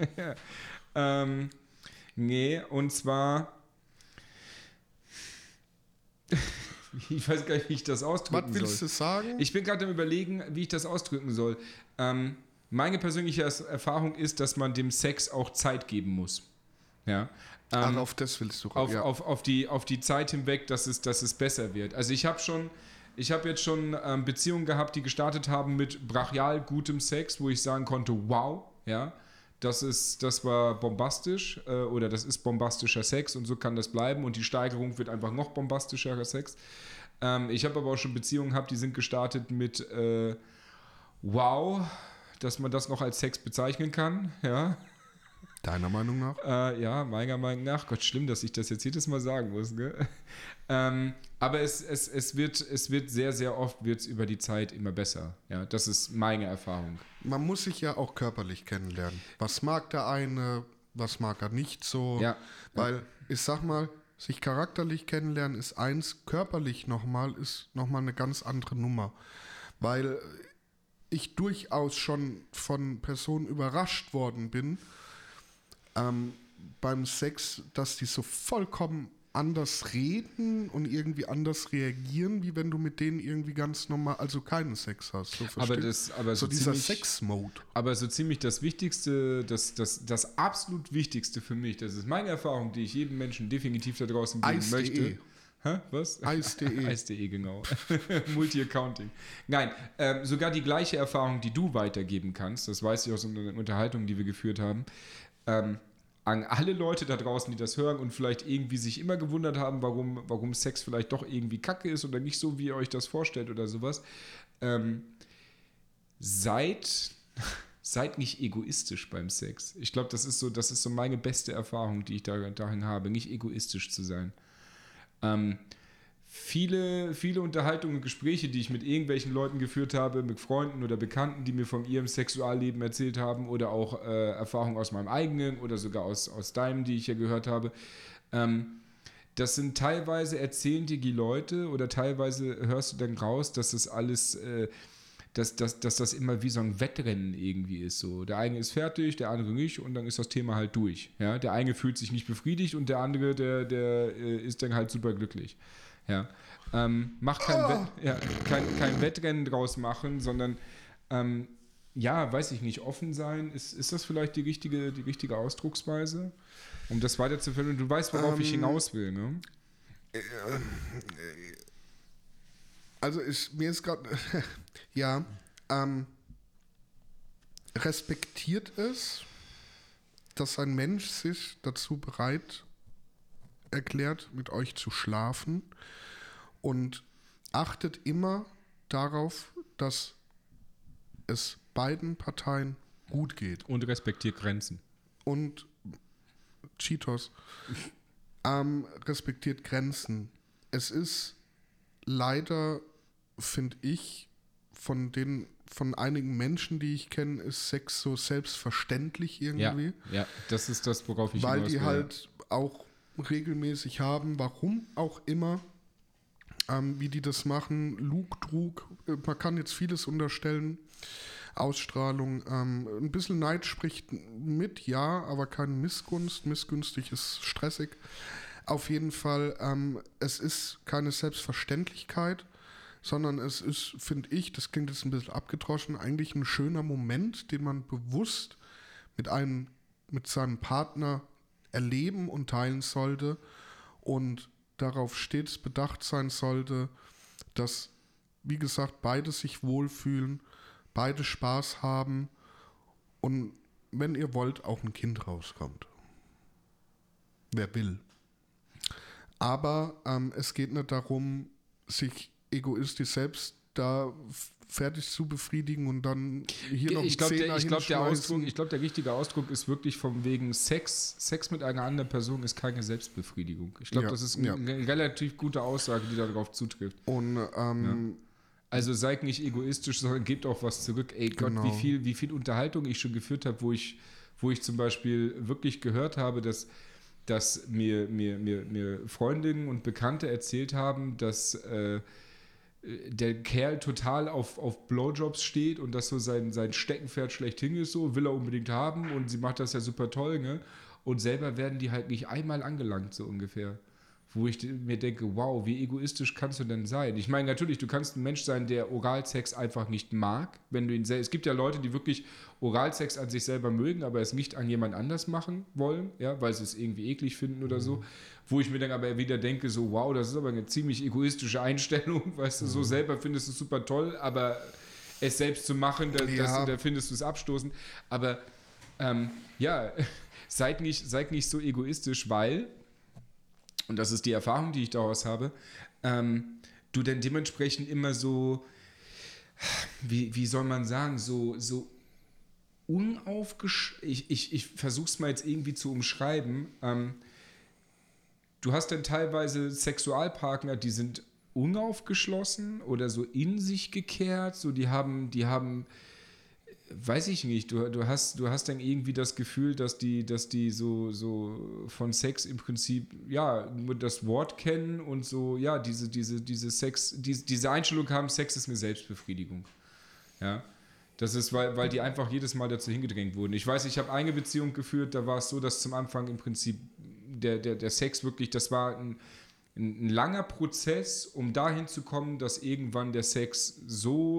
Nee, und zwar ich weiß gar nicht, wie ich das ausdrücken soll. Was willst du sagen? Ich bin gerade am Überlegen, wie ich das ausdrücken soll. Meine persönliche Erfahrung ist, dass man dem Sex auch Zeit geben muss. Ja. Auf das willst du raus. Auf die Zeit hinweg, dass es besser wird. Also ich habe jetzt schon Beziehungen gehabt, die gestartet haben mit brachial gutem Sex, wo ich sagen konnte, wow, ja, das war bombastisch oder das ist bombastischer Sex und so kann das bleiben und die Steigerung wird einfach noch bombastischerer Sex. Ich habe aber auch schon Beziehungen gehabt, die sind gestartet mit wow, dass man das noch als Sex bezeichnen kann, ja. Deiner Meinung nach? Ja, meiner Meinung nach. Gott, schlimm, dass ich das jetzt jedes Mal sagen muss. Ne? Aber es wird sehr, sehr oft wird's über die Zeit immer besser. Ja, das ist meine Erfahrung. Man muss sich ja auch körperlich kennenlernen. Was mag der eine, was mag er nicht so? Ja. Weil, ich sag mal, sich charakterlich kennenlernen ist eins, körperlich ist nochmal eine ganz andere Nummer. Weil ich durchaus schon von Personen überrascht worden bin, beim Sex, dass die so vollkommen anders reden und irgendwie anders reagieren, wie wenn du mit denen irgendwie ganz normal, also keinen Sex hast. So dieser Sex-Mode. Aber so ziemlich das Wichtigste, das absolut Wichtigste für mich, das ist meine Erfahrung, die ich jedem Menschen definitiv da draußen geben möchte. Hä? Was? Eis.de. Eis.de, genau. Multi-Accounting. Nein, sogar die gleiche Erfahrung, die du weitergeben kannst, das weiß ich aus unseren Unterhaltungen, die wir geführt haben, an alle Leute da draußen, die das hören und vielleicht irgendwie sich immer gewundert haben, warum Sex vielleicht doch irgendwie kacke ist oder nicht so, wie ihr euch das vorstellt oder sowas. Seid nicht egoistisch beim Sex. Ich glaube, das ist so meine beste Erfahrung, die ich darin habe, nicht egoistisch zu sein. Viele Unterhaltungen und Gespräche, die ich mit irgendwelchen Leuten geführt habe, mit Freunden oder Bekannten, die mir von ihrem Sexualleben erzählt haben oder auch Erfahrungen aus meinem eigenen oder sogar aus deinem, die ich ja gehört habe, das sind teilweise erzählen dir die Leute oder teilweise hörst du dann raus, dass das alles, dass das immer wie so ein Wettrennen irgendwie ist. So. Der eine ist fertig, der andere nicht und dann ist das Thema halt durch. Ja? Der eine fühlt sich nicht befriedigt und der andere, der ist dann halt super glücklich. Ja. Macht kein Wettrennen draus machen, sondern weiß ich nicht, offen sein. Ist das vielleicht die richtige Ausdrucksweise? Um das weiterzuführen. Du weißt, worauf ich hinaus will, ne? Also mir ist gerade, respektiert es, dass ein Mensch sich dazu bereit erklärt, mit euch zu schlafen und achtet immer darauf, dass es beiden Parteien gut geht. Und respektiert Grenzen. Und Cheetos respektiert Grenzen. Es ist leider, finde ich, von einigen Menschen, die ich kenne, ist Sex so selbstverständlich irgendwie. Ja, das ist das, worauf ich weil hinaus will. Die halt auch regelmäßig haben, warum auch immer, wie die das machen, Lug, Trug, man kann jetzt vieles unterstellen, Ausstrahlung, ein bisschen Neid spricht mit, ja, aber keine Missgunst, missgünstig ist stressig. Auf jeden Fall, es ist keine Selbstverständlichkeit, sondern es ist, finde ich, das klingt jetzt ein bisschen abgedroschen, eigentlich ein schöner Moment, den man bewusst mit seinem Partner erleben und teilen sollte und darauf stets bedacht sein sollte, dass, wie gesagt, beide sich wohlfühlen, beide Spaß haben und wenn ihr wollt, auch ein Kind rauskommt. Wer will. Aber es geht nicht darum, sich egoistisch selbst da fertig zu befriedigen und dann hier noch einen Zehner hinschmeißen. Ich glaube, der richtige Ausdruck ist wirklich vom wegen Sex mit einer anderen Person ist keine Selbstbefriedigung. Ich glaube, das ist eine relativ gute Aussage, die darauf zutrifft. Und also seid nicht egoistisch, sondern gebt auch was zurück. Ey Gott, Genau. wie viel Unterhaltung ich schon geführt habe, wo ich zum Beispiel wirklich gehört habe, dass mir Freundinnen und Bekannte erzählt haben, dass der Kerl total auf Blowjobs steht und dass so sein Steckenpferd schlechthin ist, so will er unbedingt haben und sie macht das ja super toll, ne? Und selber werden die halt nicht einmal angelangt, so ungefähr. Wo ich mir denke, wow, wie egoistisch kannst du denn sein? Ich meine, natürlich, du kannst ein Mensch sein, der Oralsex einfach nicht mag, wenn du ihn es gibt ja Leute, die wirklich Oralsex an sich selber mögen, aber es nicht an jemand anders machen wollen, ja, weil sie es irgendwie eklig finden oder so. Wo ich mir dann aber wieder denke, so, wow, das ist aber eine ziemlich egoistische Einstellung, weißt du, so selber findest du es super toll, aber es selbst zu machen, da findest du es abstoßend. Aber seid nicht so egoistisch, weil, und das ist die Erfahrung, die ich daraus habe, du dann dementsprechend immer so, wie soll man sagen, so ich versuche es mal jetzt irgendwie zu umschreiben. Du hast dann teilweise Sexualpartner, die sind unaufgeschlossen oder so in sich gekehrt, so die haben weiß ich nicht, du hast dann irgendwie das Gefühl, dass die so von Sex im Prinzip, ja, nur das Wort kennen und so, ja, diese Einstellung haben, Sex ist eine Selbstbefriedigung. Ja. Das ist, weil die einfach jedes Mal dazu hingedrängt wurden. Ich weiß, ich habe eine Beziehung geführt, da war es so, dass zum Anfang im Prinzip der Sex wirklich, das war ein langer Prozess, um dahin zu kommen, dass irgendwann der Sex so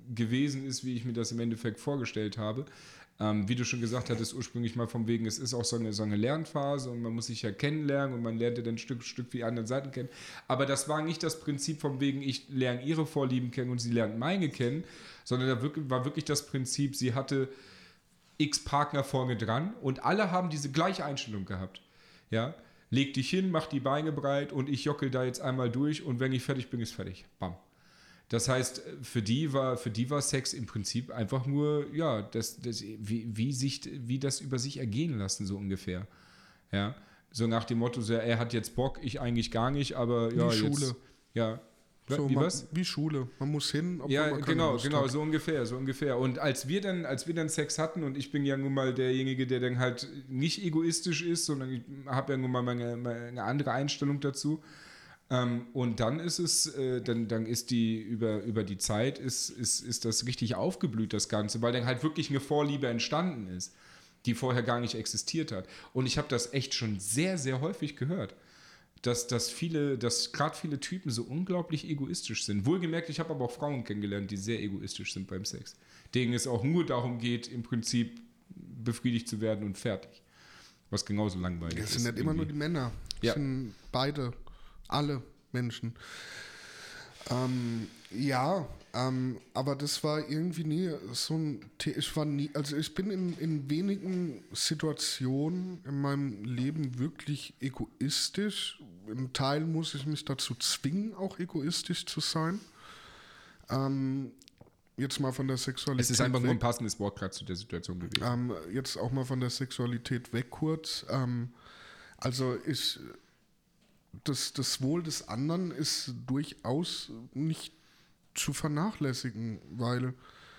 gewesen ist, wie ich mir das im Endeffekt vorgestellt habe. Wie du schon gesagt hattest, ursprünglich mal vom wegen, es ist auch so eine Lernphase und man muss sich ja kennenlernen und man lernt ja dann Stück für Stück die anderen Seiten kennen. Aber das war nicht das Prinzip vom wegen, ich lerne ihre Vorlieben kennen und sie lernt meine kennen, sondern da war wirklich das Prinzip, sie hatte x Partner vorne dran und alle haben diese gleiche Einstellung gehabt. Ja, leg dich hin, mach die Beine breit und ich jockel da jetzt einmal durch und wenn ich fertig bin, ist fertig. Bam. Das heißt, für die war Sex im Prinzip einfach nur, ja, wie das über sich ergehen lassen, so ungefähr. Ja, so nach dem Motto, so, er hat jetzt Bock, ich eigentlich gar nicht, aber ja, wie jetzt. Schule. Ja. So, was? Wie Schule. Man muss hin, obwohl ja, man keine Lust hat. so ungefähr. Und als wir dann Sex hatten und ich bin ja nun mal derjenige, der dann halt nicht egoistisch ist, sondern ich habe ja nun mal eine andere Einstellung dazu. Und dann ist es, dann ist die über die Zeit ist das richtig aufgeblüht, das Ganze, weil dann halt wirklich eine Vorliebe entstanden ist, die vorher gar nicht existiert hat. Und ich habe das echt schon sehr, sehr häufig gehört, dass gerade viele Typen so unglaublich egoistisch sind. Wohlgemerkt, ich habe aber auch Frauen kennengelernt, die sehr egoistisch sind beim Sex, denen es auch nur darum geht, im Prinzip befriedigt zu werden und fertig. Was genauso langweilig ist. Das sind nicht immer nur die Männer, das sind beide. Alle Menschen. Aber das war irgendwie nie so ein ich bin in wenigen Situationen in meinem Leben wirklich egoistisch. Im Teil muss ich mich dazu zwingen, auch egoistisch zu sein. Jetzt mal von der Sexualität. Es ist einfach nur ein passendes Wort gerade zu der Situation gewesen. Jetzt auch mal von der Sexualität weg kurz. Das Wohl des anderen ist durchaus nicht zu vernachlässigen, weil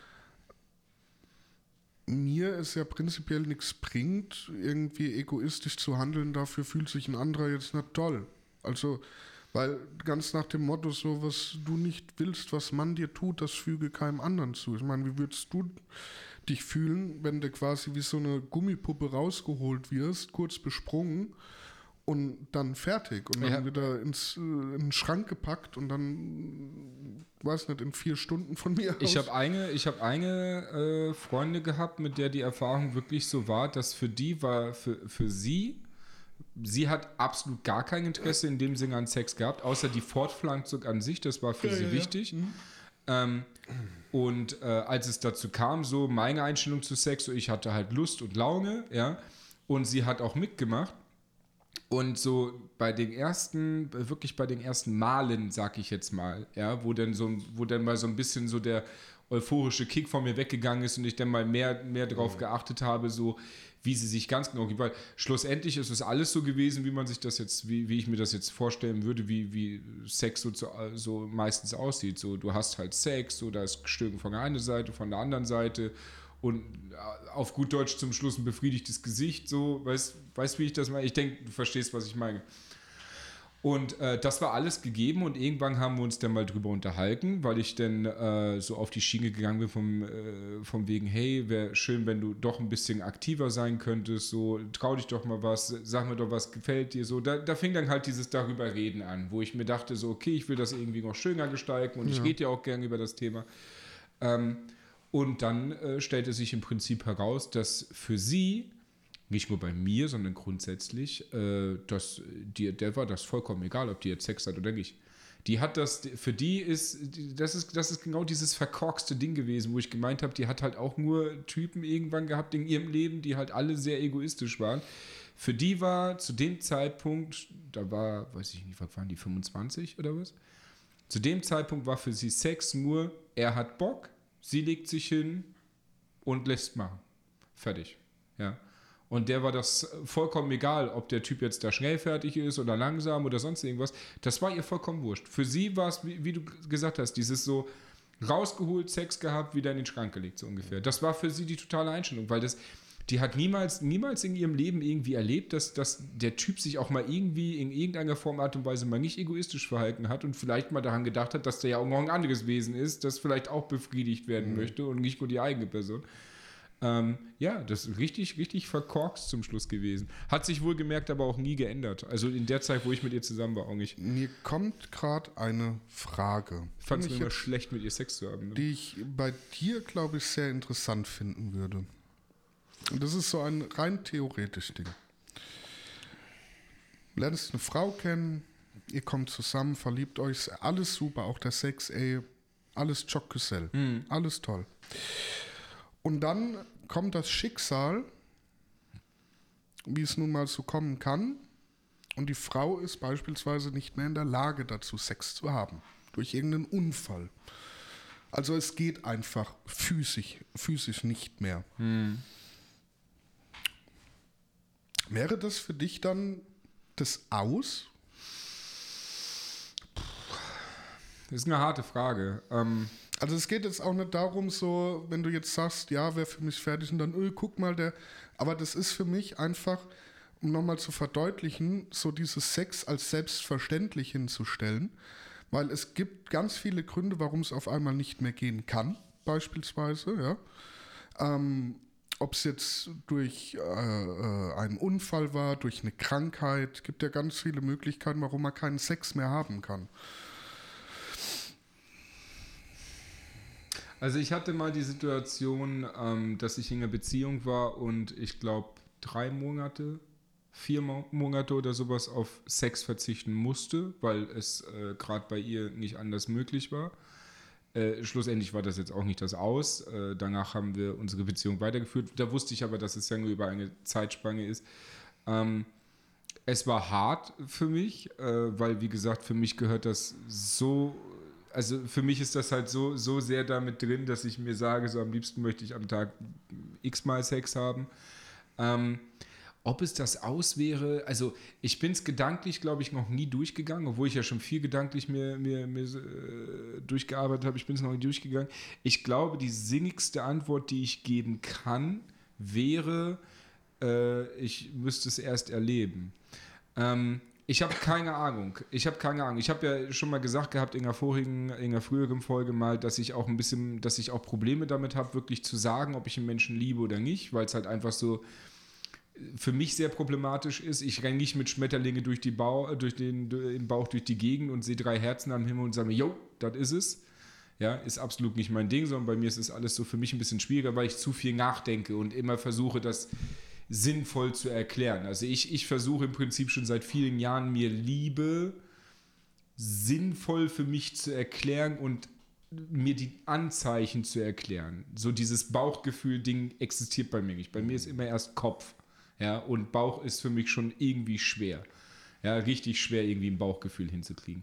mir es ja prinzipiell nichts bringt, irgendwie egoistisch zu handeln, dafür fühlt sich ein anderer jetzt nicht toll. Also, weil ganz nach dem Motto, so was du nicht willst, was man dir tut, das füge keinem anderen zu. Ich meine, wie würdest du dich fühlen, wenn du quasi wie so eine Gummipuppe rausgeholt wirst, kurz besprungen, und dann fertig und dann wieder in den Schrank gepackt und dann, weiß nicht, in 4 Stunden von mir aus. Ich habe eine Freundin gehabt, mit der die Erfahrung wirklich so war, dass für sie hat absolut gar kein Interesse in dem Sinne an Sex gehabt, außer die Fortpflanzung an sich, das war für sie wichtig. Mhm. Und als es dazu kam, so meine Einstellung zu Sex, so ich hatte halt Lust und Laune, ja, und sie hat auch mitgemacht. Und so bei den ersten Malen, sag ich jetzt mal, ja, wo dann mal so ein bisschen so der euphorische Kick von mir weggegangen ist und ich dann mal mehr drauf geachtet habe, so wie sie sich ganz genau gibt. Weil schlussendlich ist es alles so gewesen, wie man sich das jetzt, wie ich mir das jetzt vorstellen würde, wie Sex so meistens aussieht. So, du hast halt Sex, so da ist Stöhnen von der einen Seite, von der anderen Seite. Und auf gut Deutsch zum Schluss ein befriedigtes Gesicht, so, weißt wie ich das meine? Ich denke, du verstehst, was ich meine. Und das war alles gegeben und irgendwann haben wir uns dann mal drüber unterhalten, weil ich dann so auf die Schiene gegangen bin vom wegen, hey, wäre schön, wenn du doch ein bisschen aktiver sein könntest, so, trau dich doch mal was, sag mir doch, was gefällt dir, so. Da fing dann halt dieses darüber reden an, wo ich mir dachte, so, okay, ich will das irgendwie noch schöner gestalten und ich rede ja auch gerne über das Thema. Und dann stellte sich im Prinzip heraus, dass für sie, nicht nur bei mir, sondern grundsätzlich, der war das vollkommen egal, ob die jetzt Sex hat oder nicht. Die hat das ist genau dieses verkorkste Ding gewesen, wo ich gemeint habe, die hat halt auch nur Typen irgendwann gehabt in ihrem Leben, die halt alle sehr egoistisch waren. Für die war zu dem Zeitpunkt, da war, weiß ich nicht, was waren die, 25 oder was? Zu dem Zeitpunkt war für sie Sex nur, er hat Bock, sie legt sich hin und lässt machen. Fertig. Ja. Und der war das vollkommen egal, ob der Typ jetzt da schnell fertig ist oder langsam oder sonst irgendwas. Das war ihr vollkommen wurscht. Für sie war es, wie du gesagt hast, dieses so rausgeholt, Sex gehabt, wieder in den Schrank gelegt, so ungefähr. Das war für sie die totale Einstellung, weil die hat niemals in ihrem Leben irgendwie erlebt, dass der Typ sich auch mal irgendwie in irgendeiner Form, Art und Weise mal nicht egoistisch verhalten hat und vielleicht mal daran gedacht hat, dass der ja auch noch ein anderes Wesen ist, das vielleicht auch befriedigt werden möchte und nicht nur die eigene Person. Ja, das ist richtig, richtig verkorkst zum Schluss gewesen. Hat sich wohlgemerkt aber auch nie geändert. Also in der Zeit, wo ich mit ihr zusammen war, auch nicht. Mir kommt gerade eine Frage, Ich fand es immer schlecht, mit ihr Sex zu haben. Ne? die ich bei dir, glaube ich, sehr interessant finden würde. Und das ist so ein rein theoretisches Ding. Lernst eine Frau kennen, ihr kommt zusammen, verliebt euch, alles super, auch der Sex, ey, alles Schockgesell, alles toll. Und dann kommt das Schicksal, wie es nun mal so kommen kann, und die Frau ist beispielsweise nicht mehr in der Lage dazu, Sex zu haben, durch irgendeinen Unfall. Also es geht einfach physisch nicht mehr. Wäre das für dich dann das Aus? Das ist eine harte Frage. Also es geht jetzt auch nicht darum, so, wenn du jetzt sagst, ja, wäre für mich fertig und dann, guck mal, aber das ist für mich einfach, um nochmal zu verdeutlichen, so dieses Sex als selbstverständlich hinzustellen, weil es gibt ganz viele Gründe, warum es auf einmal nicht mehr gehen kann, beispielsweise, ja. Ob es jetzt durch einen Unfall war, durch eine Krankheit, gibt ja ganz viele Möglichkeiten, warum man keinen Sex mehr haben kann. Also ich hatte mal die Situation, dass ich in einer Beziehung war und ich glaube 3 Monate, 4 Monate oder sowas auf Sex verzichten musste, weil es gerade bei ihr nicht anders möglich war. Schlussendlich war das jetzt auch nicht das Aus. Danach haben wir unsere Beziehung weitergeführt. Da wusste ich aber, dass es ja nur über eine Zeitspanne ist. Es war hart für mich, weil, wie gesagt, für mich gehört das so, also für mich ist das halt so sehr damit drin, dass ich mir sage, so am liebsten möchte ich am Tag x-mal Sex haben. Ob es das Aus wäre, also ich bin es gedanklich, glaube ich, noch nie durchgegangen, obwohl ich ja schon viel gedanklich mir durchgearbeitet habe, ich bin es noch nie durchgegangen. Ich glaube, die sinnigste Antwort, die ich geben kann, wäre, ich müsste es erst erleben. Ich habe keine Ahnung. Ich habe ja schon mal gesagt gehabt in einer früheren Folge mal, dass ich auch Probleme damit habe, wirklich zu sagen, ob ich einen Menschen liebe oder nicht, weil es halt einfach so für mich sehr problematisch ist. Ich renne nicht mit Schmetterlinge im Bauch durch die Gegend und sehe 3 Herzen am Himmel und sage mir, jo, das ist es. Ja, ist absolut nicht mein Ding, sondern bei mir ist es alles so für mich ein bisschen schwieriger, weil ich zu viel nachdenke und immer versuche, das sinnvoll zu erklären. Also ich versuche im Prinzip schon seit vielen Jahren, mir Liebe sinnvoll für mich zu erklären und mir die Anzeichen zu erklären. So dieses Bauchgefühl-Ding existiert bei mir nicht. Bei mir ist immer erst Kopf. Ja, und Bauch ist für mich schon irgendwie schwer. Ja, richtig schwer, irgendwie ein Bauchgefühl hinzukriegen.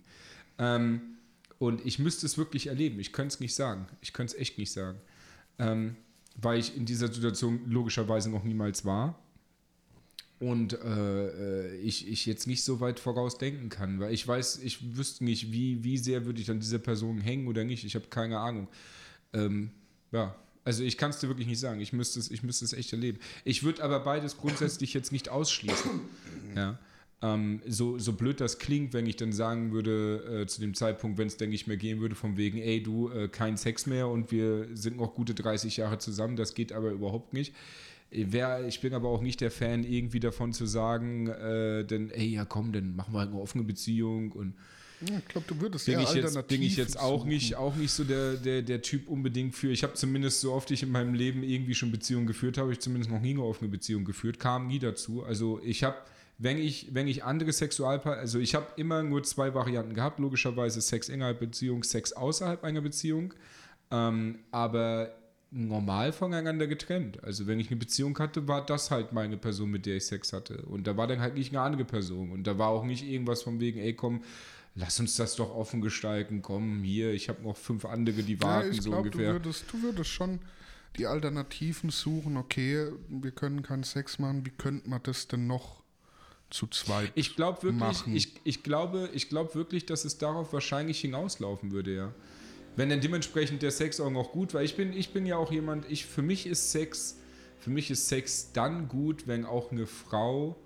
Und ich müsste es wirklich erleben. Ich könnte es nicht sagen. Ich könnte es echt nicht sagen. Weil ich in dieser Situation logischerweise noch niemals war. Und ich jetzt nicht so weit voraus denken kann. Weil ich wüsste nicht, wie sehr würde ich an dieser Person hängen oder nicht. Ich habe keine Ahnung. Ja. Also ich kann es dir wirklich nicht sagen. Ich müsste es echt erleben. Ich würde aber beides grundsätzlich jetzt nicht ausschließen. Ja. So blöd das klingt, wenn ich dann sagen würde, zu dem Zeitpunkt, wenn es dann nicht mehr gehen würde, von wegen, ey du, kein Sex mehr und wir sind noch gute 30 Jahre zusammen, das geht aber überhaupt nicht. Ich bin aber auch nicht der Fan, irgendwie davon zu sagen, dann, ey, ja komm, dann machen wir halt eine offene Beziehung und ja, ich glaube, du würdest bin ich jetzt auch nicht so der Typ unbedingt für. Ich habe zumindest, so oft ich in meinem Leben irgendwie schon Beziehungen geführt habe, ich zumindest noch nie eine offene Beziehung geführt, kam nie dazu. Also ich habe, wenn ich andere Sexualpartner, also ich habe immer nur 2 Varianten gehabt, logischerweise Sex innerhalb Beziehung, Sex außerhalb einer Beziehung, aber normal voneinander getrennt. Also wenn ich eine Beziehung hatte, war das halt meine Person, mit der ich Sex hatte. Und da war dann halt nicht eine andere Person. Und da war auch nicht irgendwas von wegen, ey komm, lass uns das doch offen gestalten, komm, hier, ich habe noch 5 andere, die warten, ich so glaub, ungefähr. Du würdest schon die Alternativen suchen, okay, wir können keinen Sex machen, wie könnte man das denn noch zu zweit ich glaube wirklich, machen? ich glaube wirklich, dass es darauf wahrscheinlich hinauslaufen würde, ja. Wenn dann dementsprechend der Sex auch noch gut war. Ich bin ja auch jemand, für mich ist Sex dann gut, wenn auch eine Frau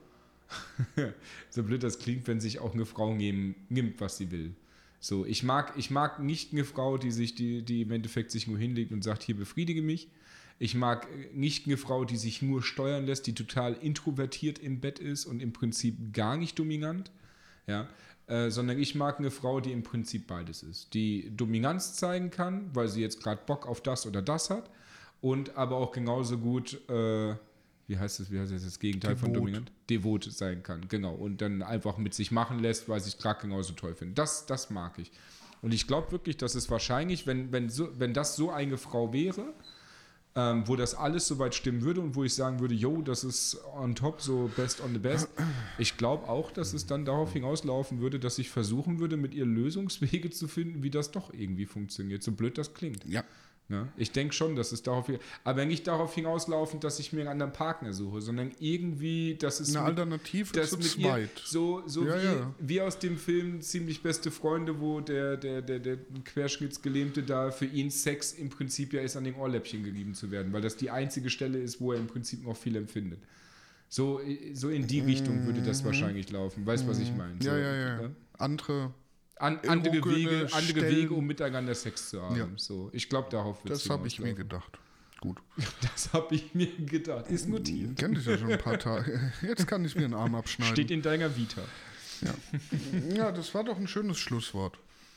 so blöd das klingt, wenn sich auch eine Frau nimmt, was sie will. So, ich mag nicht eine Frau, die im Endeffekt sich nur hinlegt und sagt, hier befriedige mich. Ich mag nicht eine Frau, die sich nur steuern lässt, die total introvertiert im Bett ist und im Prinzip gar nicht dominant. Ja, sondern ich mag eine Frau, die im Prinzip beides ist. Die Dominanz zeigen kann, weil sie jetzt gerade Bock auf das oder das hat und aber auch genauso gut, wie heißt das Gegenteil von dominant? Devot sein kann, genau. Und dann einfach mit sich machen lässt, weil sie es gerade genauso toll finden. Das mag ich. Und ich glaube wirklich, dass es wahrscheinlich, wenn das so eine Frau wäre, wo das alles soweit stimmen würde und wo ich sagen würde, yo, das ist on top, so best on the best. Ich glaube auch, dass es dann darauf hinauslaufen würde, dass ich versuchen würde, mit ihr Lösungswege zu finden, wie das doch irgendwie funktioniert, so blöd das klingt. Ja. Ja, ich denke schon, dass es aber nicht darauf hinauslaufen, dass ich mir einen anderen Partner suche, sondern irgendwie, dass es eine Alternative das zu mit zweit. Ihr, so Ja, wie aus dem Film Ziemlich beste Freunde, wo der Querschnittsgelähmte da für ihn Sex im Prinzip ja ist, an den Ohrläppchen gerieben zu werden, weil das die einzige Stelle ist, wo er im Prinzip noch viel empfindet. So in die Richtung würde das wahrscheinlich laufen. Weißt du, was ich meine? So, Ja. Andere Wege, um miteinander Sex zu haben. Ja. So, ich glaube, darauf wird es Das habe ich mir gedacht. Gut. Das habe ich mir gedacht. Ist notiert. Kennt ich ja schon ein paar Tage. Jetzt kann ich mir einen Arm abschneiden. Steht in deiner Vita. Ja, das war doch ein schönes Schlusswort.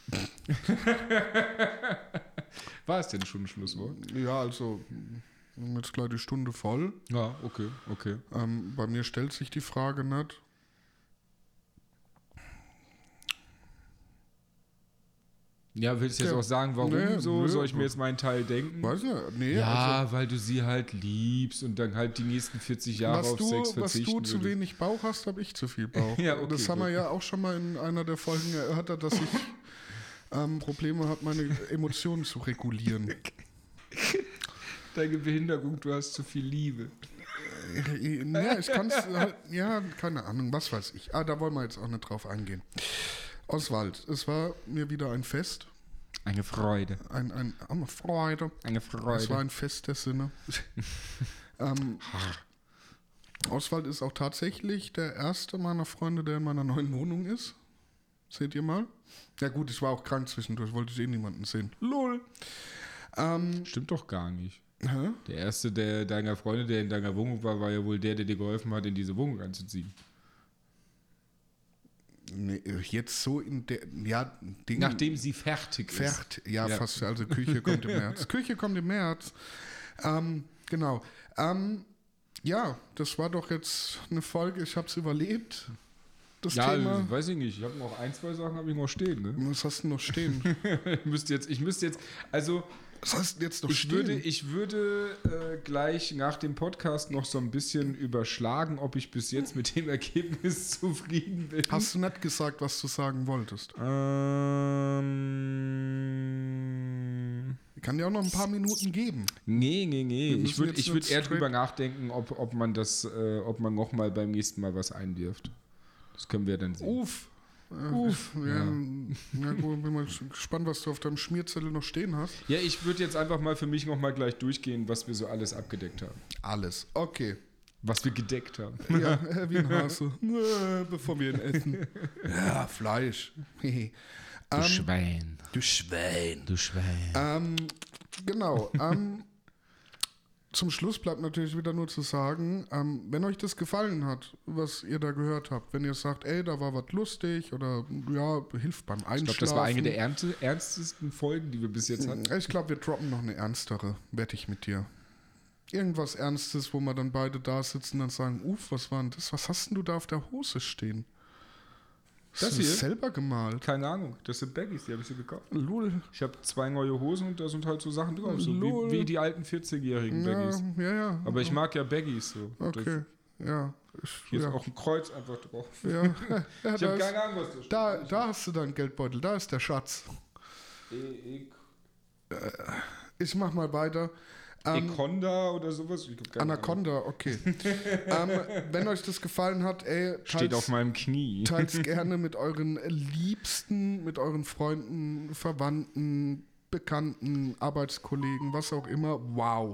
War es denn schon ein Schlusswort? Ja, also wir haben jetzt gleich die Stunde voll. Ja, okay. Bei mir stellt sich die Frage nicht. Ja, willst du jetzt auch sagen, warum so? Soll ich mir jetzt meinen Teil denken? Weiß nicht. Nee, ja, weil du sie halt liebst und dann halt die nächsten 40 Jahre auf Sex verzichten Was du würdest. zu wenig Bauch hast, habe ich zu viel Bauch. Ja, okay, das haben wir ja auch schon mal in einer der Folgen erörtert, dass ich Probleme habe, meine Emotionen zu regulieren. Deine Behinderung, du hast zu viel Liebe. Ja, ich kann es halt, ja, keine Ahnung, was weiß ich. Da wollen wir jetzt auch nicht drauf eingehen. Oswald, es war mir wieder ein Fest. Eine Freude. Eine Freude. Eine Freude. Es war ein Fest der Sinne. Oswald ist auch tatsächlich der erste meiner Freunde, der in meiner neuen Wohnung ist. Seht ihr mal? Ja gut, ich war auch krank zwischendurch, wollte ich niemanden sehen. LOL. Stimmt doch gar nicht. Hä? Der erste deiner Freunde, der in deiner Wohnung war ja wohl der dir geholfen hat, in diese Wohnung einzuziehen. Nee, jetzt so in der, ja, Ding. Nachdem sie fertig ist. Ja, fast, also Küche kommt im März. Küche kommt im März. Genau. Ja, das war doch jetzt eine Folge, ich habe es überlebt. Das Thema. Weiß ich nicht. Ich habe noch ein, zwei Sachen habe ich noch stehen. Ne? Was hast du noch stehen? ich müsste jetzt, also was hast du jetzt noch stehen? Ich würde gleich nach dem Podcast noch so ein bisschen überschlagen, ob ich bis jetzt mit dem Ergebnis zufrieden bin. Hast du nicht gesagt, was du sagen wolltest? Ich kann dir auch noch ein paar Minuten geben. Nee. Ich würde eher drüber nachdenken, ob man noch mal beim nächsten Mal was einwirft. Das können wir dann sehen. Uff. Ja, gut, bin mal gespannt, was du auf deinem Schmierzettel noch stehen hast. Ja, ich würde jetzt einfach mal für mich noch mal gleich durchgehen, was wir so alles abgedeckt haben. Alles, okay. Was wir gedeckt haben. Ja, wie ein Hase. Bevor wir ihn essen. Ja, Fleisch. Du Schwein. Du Schwein. Du Schwein. Genau. Zum Schluss bleibt natürlich wieder nur zu sagen, wenn euch das gefallen hat, was ihr da gehört habt, wenn ihr sagt, ey, da war was lustig oder ja, hilft beim Einschlafen. Ich glaube, das war eine der ernstesten Folgen, die wir bis jetzt hatten. Ich glaube, wir droppen noch eine ernstere, wette ich mit dir. Irgendwas Ernstes, wo wir dann beide da sitzen und sagen, was war denn das? Was hast denn du da auf der Hose stehen? Das hier? Hier? Selber gemalt. Keine Ahnung, das sind Baggies, die habe ich so gekauft. Lol. Ich habe 2 neue Hosen und da sind halt so Sachen drauf, so wie die alten 40-jährigen Baggies. Ja. Aber ich mag ja Baggies so. Okay, ja. Hier ist auch ein Kreuz einfach drauf. Ja. Ich habe keine Ahnung, was da steht. Da hast du deinen Geldbeutel, da ist der Schatz. Ich mach mal weiter. Econda oder sowas? Anaconda, okay. Wenn euch das gefallen hat, steht auf meinem Knie. Teilt gerne mit euren Liebsten, mit euren Freunden, Verwandten, Bekannten, Arbeitskollegen, was auch immer. Wow.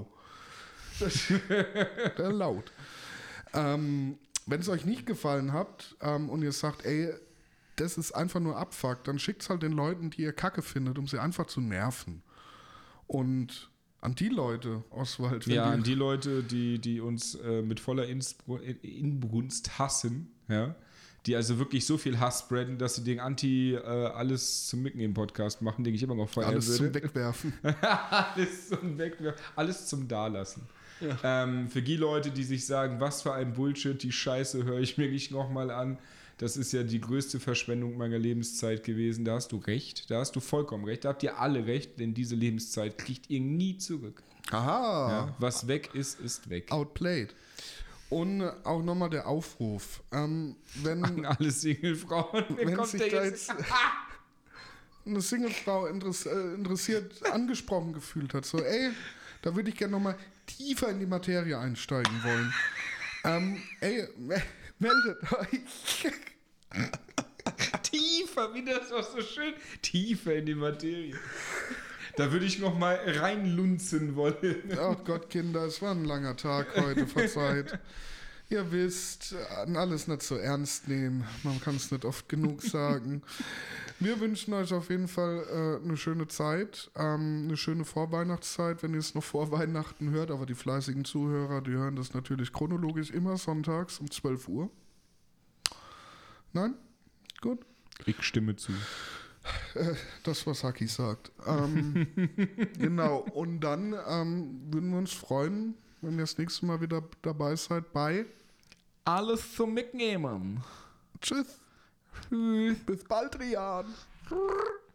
Laut. Wenn es euch nicht gefallen hat und ihr sagt, das ist einfach nur Abfuck, dann schickt es halt den Leuten, die ihr Kacke findet, um sie einfach zu nerven. Und An die Leute, Oswald. Ja, an die Leute, die uns mit voller Inbrunst hassen, ja. Die also wirklich so viel Hass spreaden, dass sie den Alles zum Mitnehmen Podcast machen, den ich immer noch feiern Alles würde. zum Wegwerfen. Alles zum Wegwerfen. Alles zum Dalassen. Ja. Für die Leute, die sich sagen, was für ein Bullshit, die Scheiße höre ich mir nicht nochmal an. Das ist ja die größte Verschwendung meiner Lebenszeit gewesen. Da hast du recht. Da hast du vollkommen recht. Da habt ihr alle recht, denn diese Lebenszeit kriegt ihr nie zurück. Aha. Ja, was weg ist, ist weg. Outplayed. Und auch nochmal der Aufruf. Wenn An alle Singlefrauen. Wenn sich da jetzt eine Singlefrau interessiert, angesprochen gefühlt hat, so, ey, da würde ich gerne nochmal tiefer in die Materie einsteigen wollen. Meldet euch. Tiefer, wie das auch so schön. Tiefer in die Materie. Da würde ich noch mal reinlunzen wollen. Ach Gott, Kinder, es war ein langer Tag heute, verzeiht. Ihr wisst, alles nicht so ernst nehmen. Man kann es nicht oft genug sagen. Wir wünschen euch auf jeden Fall eine schöne Zeit, eine schöne Vorweihnachtszeit, wenn ihr es noch vor Weihnachten hört. Aber die fleißigen Zuhörer, die hören das natürlich chronologisch immer sonntags um 12 Uhr. Nein? Gut. Ich stimme zu. Das, was Haki sagt. Genau. Und dann würden wir uns freuen, wenn ihr das nächste Mal wieder dabei seid bei Alles zum Mitnehmen. Tschüss. Tschüss. Bis bald, Rian.